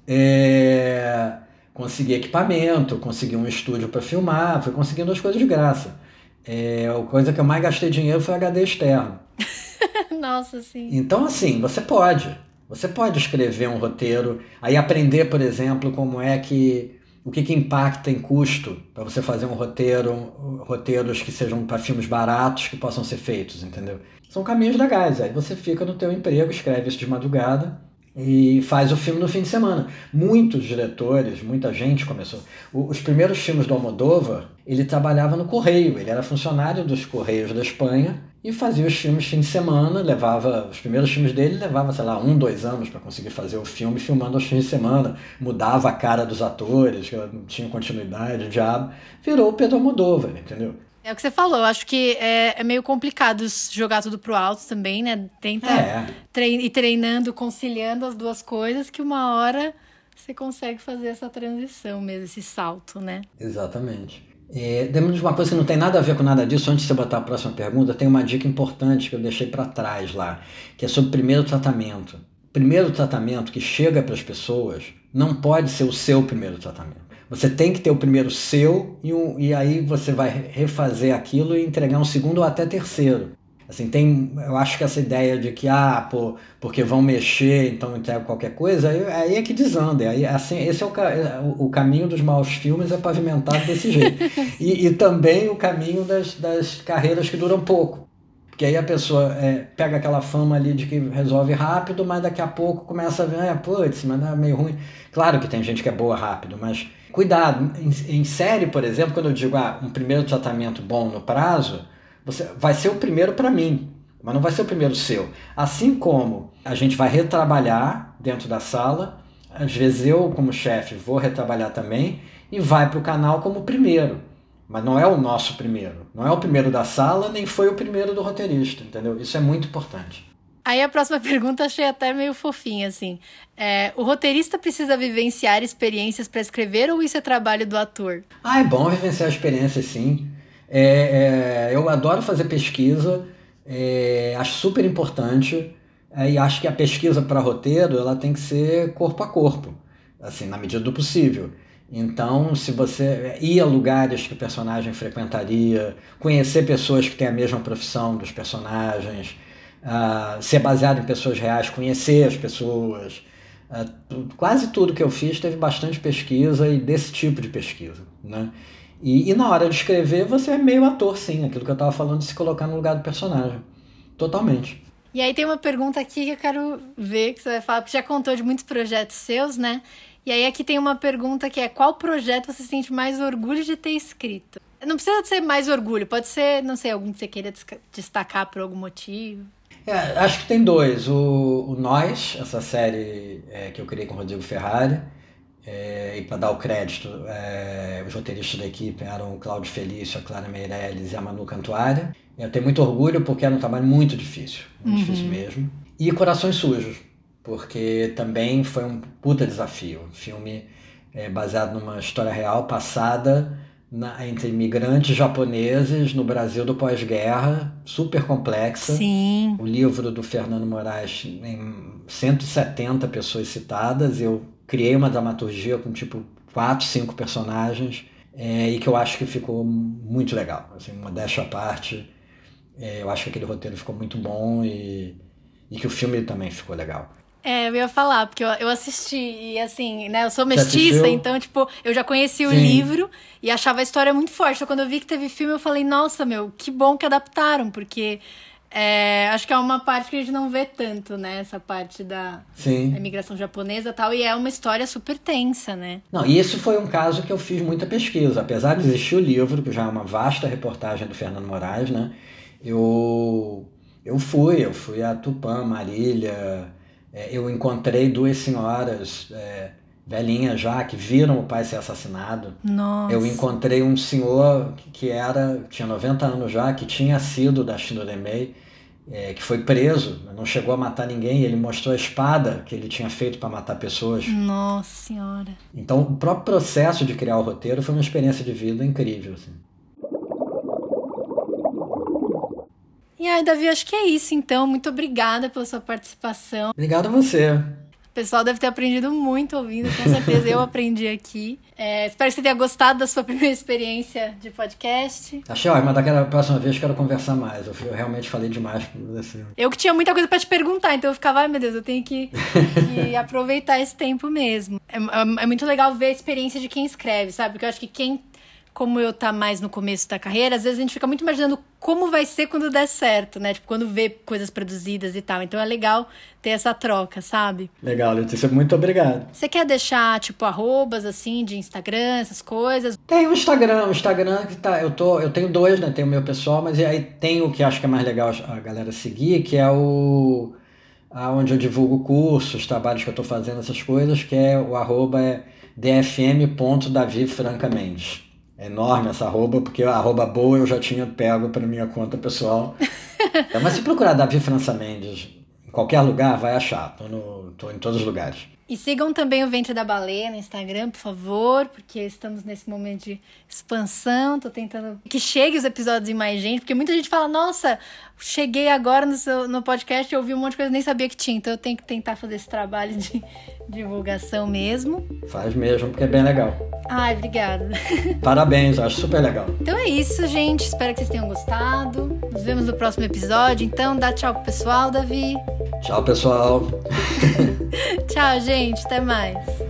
[SPEAKER 2] É... Consegui equipamento, consegui um estúdio para filmar, fui conseguindo as coisas de graça. É, a coisa que eu mais gastei dinheiro foi H D externo.
[SPEAKER 1] Nossa, sim.
[SPEAKER 2] Então, assim, você pode. Você pode escrever um roteiro, aí aprender, por exemplo, como é que... O que, que impacta em custo para você fazer um roteiro, roteiros que sejam para filmes baratos que possam ser feitos, entendeu? São caminhos legais. Aí você fica no teu emprego, escreve isso de madrugada e faz o filme no fim de semana. Muitos diretores, muita gente começou. Os primeiros filmes do Almodóvar, ele trabalhava no Correio, ele era funcionário dos Correios da Espanha e fazia os filmes fim de semana, levava, os primeiros filmes dele levava, sei lá, um, dois anos para conseguir fazer o filme, filmando aos fins de semana, mudava a cara dos atores, que não tinha continuidade, o diabo, virou o Pedro Almodóvar, entendeu?
[SPEAKER 1] É o que você falou, eu acho que é, é meio complicado jogar tudo pro alto também, né? Tenta
[SPEAKER 2] É.
[SPEAKER 1] trein, ir treinando, conciliando as duas coisas, que uma hora você consegue fazer essa transição mesmo, esse salto, né?
[SPEAKER 2] Exatamente. É, de uma coisa que não tem nada a ver com nada disso, antes de você botar a próxima pergunta, tem uma dica importante que eu deixei para trás lá, que é sobre o primeiro tratamento. O primeiro tratamento que chega para as pessoas não pode ser o seu primeiro tratamento. Você tem que ter o primeiro seu e, um, e aí você vai refazer aquilo e entregar um segundo ou até terceiro. Assim, tem, eu acho que essa ideia de que, ah, pô, porque vão mexer, então entrega qualquer coisa, aí, aí é que desanda. Aí, assim, esse é o, o, o caminho dos maus filmes, é pavimentado desse jeito. E, e também o caminho das, das carreiras que duram pouco. Porque aí a pessoa é, pega aquela fama ali de que resolve rápido, mas daqui a pouco começa a ver, é, putz, mas é meio ruim. Claro que tem gente que é boa rápido, mas cuidado. Em, em série, por exemplo, quando eu digo, ah, um primeiro tratamento bom no prazo, você vai ser o primeiro para mim, mas não vai ser o primeiro seu. Assim como a gente vai retrabalhar dentro da sala, às vezes eu, como chefe, vou retrabalhar também, e vai para o canal como primeiro. Mas não é o nosso primeiro. Não é o primeiro da sala, nem foi o primeiro do roteirista, entendeu? Isso é muito importante.
[SPEAKER 1] Aí a próxima pergunta achei até meio fofinha, assim. É, o roteirista precisa vivenciar experiências para escrever ou isso é trabalho do ator?
[SPEAKER 2] Ah, é bom vivenciar experiências, sim. É, é, eu adoro fazer pesquisa, é, acho super importante, é, e acho que a pesquisa para roteiro ela tem que ser corpo a corpo, assim, na medida do possível. Então, se você ir a lugares que o personagem frequentaria, conhecer pessoas que têm a mesma profissão dos personagens, uh, ser baseado em pessoas reais, conhecer as pessoas, uh, quase tudo que eu fiz teve bastante pesquisa e desse tipo de pesquisa, né? E, e na hora de escrever, você é meio ator, sim. Aquilo que eu estava falando de se colocar no lugar do personagem. Totalmente.
[SPEAKER 1] E aí tem uma pergunta aqui que eu quero ver, que você vai falar, porque já contou de muitos projetos seus, né? E aí aqui tem uma pergunta que é, qual projeto você sente mais orgulho de ter escrito? Não precisa ser mais orgulho, pode ser, não sei, algum que você queira destacar por algum motivo.
[SPEAKER 2] É, acho que tem dois. O, o Nós, essa série é, que eu criei com o Rodrigo Ferrari, É, e para dar o crédito, é, os roteiristas da equipe eram o Cláudio Felício, a Clara Meirelles e a Manu Cantuária. Eu tenho muito orgulho porque era um trabalho muito difícil, muito uhum. difícil mesmo. E Corações Sujos, porque também foi um puta desafio. Um filme é, baseado numa história real passada na, entre imigrantes japoneses no Brasil do pós-guerra, super complexa.
[SPEAKER 1] Sim.
[SPEAKER 2] O livro do Fernando Moraes tem cento e setenta pessoas citadas. Eu criei uma dramaturgia com tipo quatro, cinco personagens é, e que eu acho que ficou muito legal. Assim, modéstia à parte, é, eu acho que aquele roteiro ficou muito bom e, e que o filme também ficou legal.
[SPEAKER 1] É, eu ia falar, porque eu, eu assisti, e assim, né, eu sou mestiça, então, tipo, eu já conheci o Sim. livro e achava a história muito forte. Então, quando eu vi que teve filme, eu falei, nossa, meu, que bom que adaptaram, porque é, acho que é uma parte que a gente não vê tanto, né, essa parte da, da imigração japonesa e tal, e é uma história super tensa, né?
[SPEAKER 2] Não, e isso foi um caso que eu fiz muita pesquisa. Apesar de existir o livro, que já é uma vasta reportagem do Fernando Moraes, né, eu, eu fui, eu fui a Tupã, Marília... Eu encontrei duas senhoras é, velhinhas já, que viram o pai ser assassinado.
[SPEAKER 1] Nossa.
[SPEAKER 2] Eu encontrei um senhor que era, tinha noventa anos já, que tinha sido da Shindoremei, é, que foi preso, não chegou a matar ninguém, e ele mostrou a espada que ele tinha feito para matar pessoas.
[SPEAKER 1] Nossa Senhora.
[SPEAKER 2] Então, o próprio processo de criar o roteiro foi uma experiência de vida incrível, assim.
[SPEAKER 1] E aí, Davi, acho que é isso, então. Muito obrigada pela sua participação.
[SPEAKER 2] Obrigado a você.
[SPEAKER 1] O pessoal deve ter aprendido muito ouvindo, com certeza eu aprendi aqui. É, espero que você tenha gostado da sua primeira experiência de podcast.
[SPEAKER 2] Achei ótimo, mas daquela próxima vez quero conversar mais. Eu, eu realmente falei demais. Assim.
[SPEAKER 1] Eu que tinha muita coisa pra te perguntar, então eu ficava, ai meu Deus, eu tenho que, que aproveitar esse tempo mesmo. É, é, é muito legal ver a experiência de quem escreve, sabe? Porque eu acho que quem... Como eu tá mais no começo da carreira, às vezes a gente fica muito imaginando como vai ser quando der certo, né? Tipo, quando vê coisas produzidas e tal. Então é legal ter essa troca, sabe?
[SPEAKER 2] Legal, Letícia. Muito obrigado.
[SPEAKER 1] Você quer deixar, tipo, arrobas, assim, de Instagram, essas coisas?
[SPEAKER 2] Tem o Instagram. O Instagram que tá... Eu, tô, eu tenho dois, né? Tem o meu pessoal, mas aí tem o que acho que é mais legal a galera seguir, que é o... onde eu divulgo cursos, os trabalhos que eu tô fazendo, essas coisas, que é o arroba é d f m ponto davi franca mendes. É enorme essa arroba, porque a arroba boa eu já tinha pego para minha conta pessoal. É, mas se procurar Davi França Mendes em qualquer lugar, vai achar. Tô, no, tô em todos os lugares.
[SPEAKER 1] E sigam também o Ventre da Baleia no Instagram, por favor, porque estamos nesse momento de expansão. Tô tentando que chegue os episódios em mais gente, porque muita gente fala, nossa, cheguei agora no, seu, no podcast e ouvi um monte de coisa, nem sabia que tinha. Então eu tenho que tentar fazer esse trabalho de divulgação mesmo.
[SPEAKER 2] Faz mesmo, porque é bem legal.
[SPEAKER 1] Ai, obrigada.
[SPEAKER 2] Parabéns, acho super legal.
[SPEAKER 1] Então é isso, gente. Espero que vocês tenham gostado. Nos vemos no próximo episódio. Então dá tchau pro pessoal, Davi.
[SPEAKER 2] Tchau, pessoal.
[SPEAKER 1] Tchau, gente. Até mais.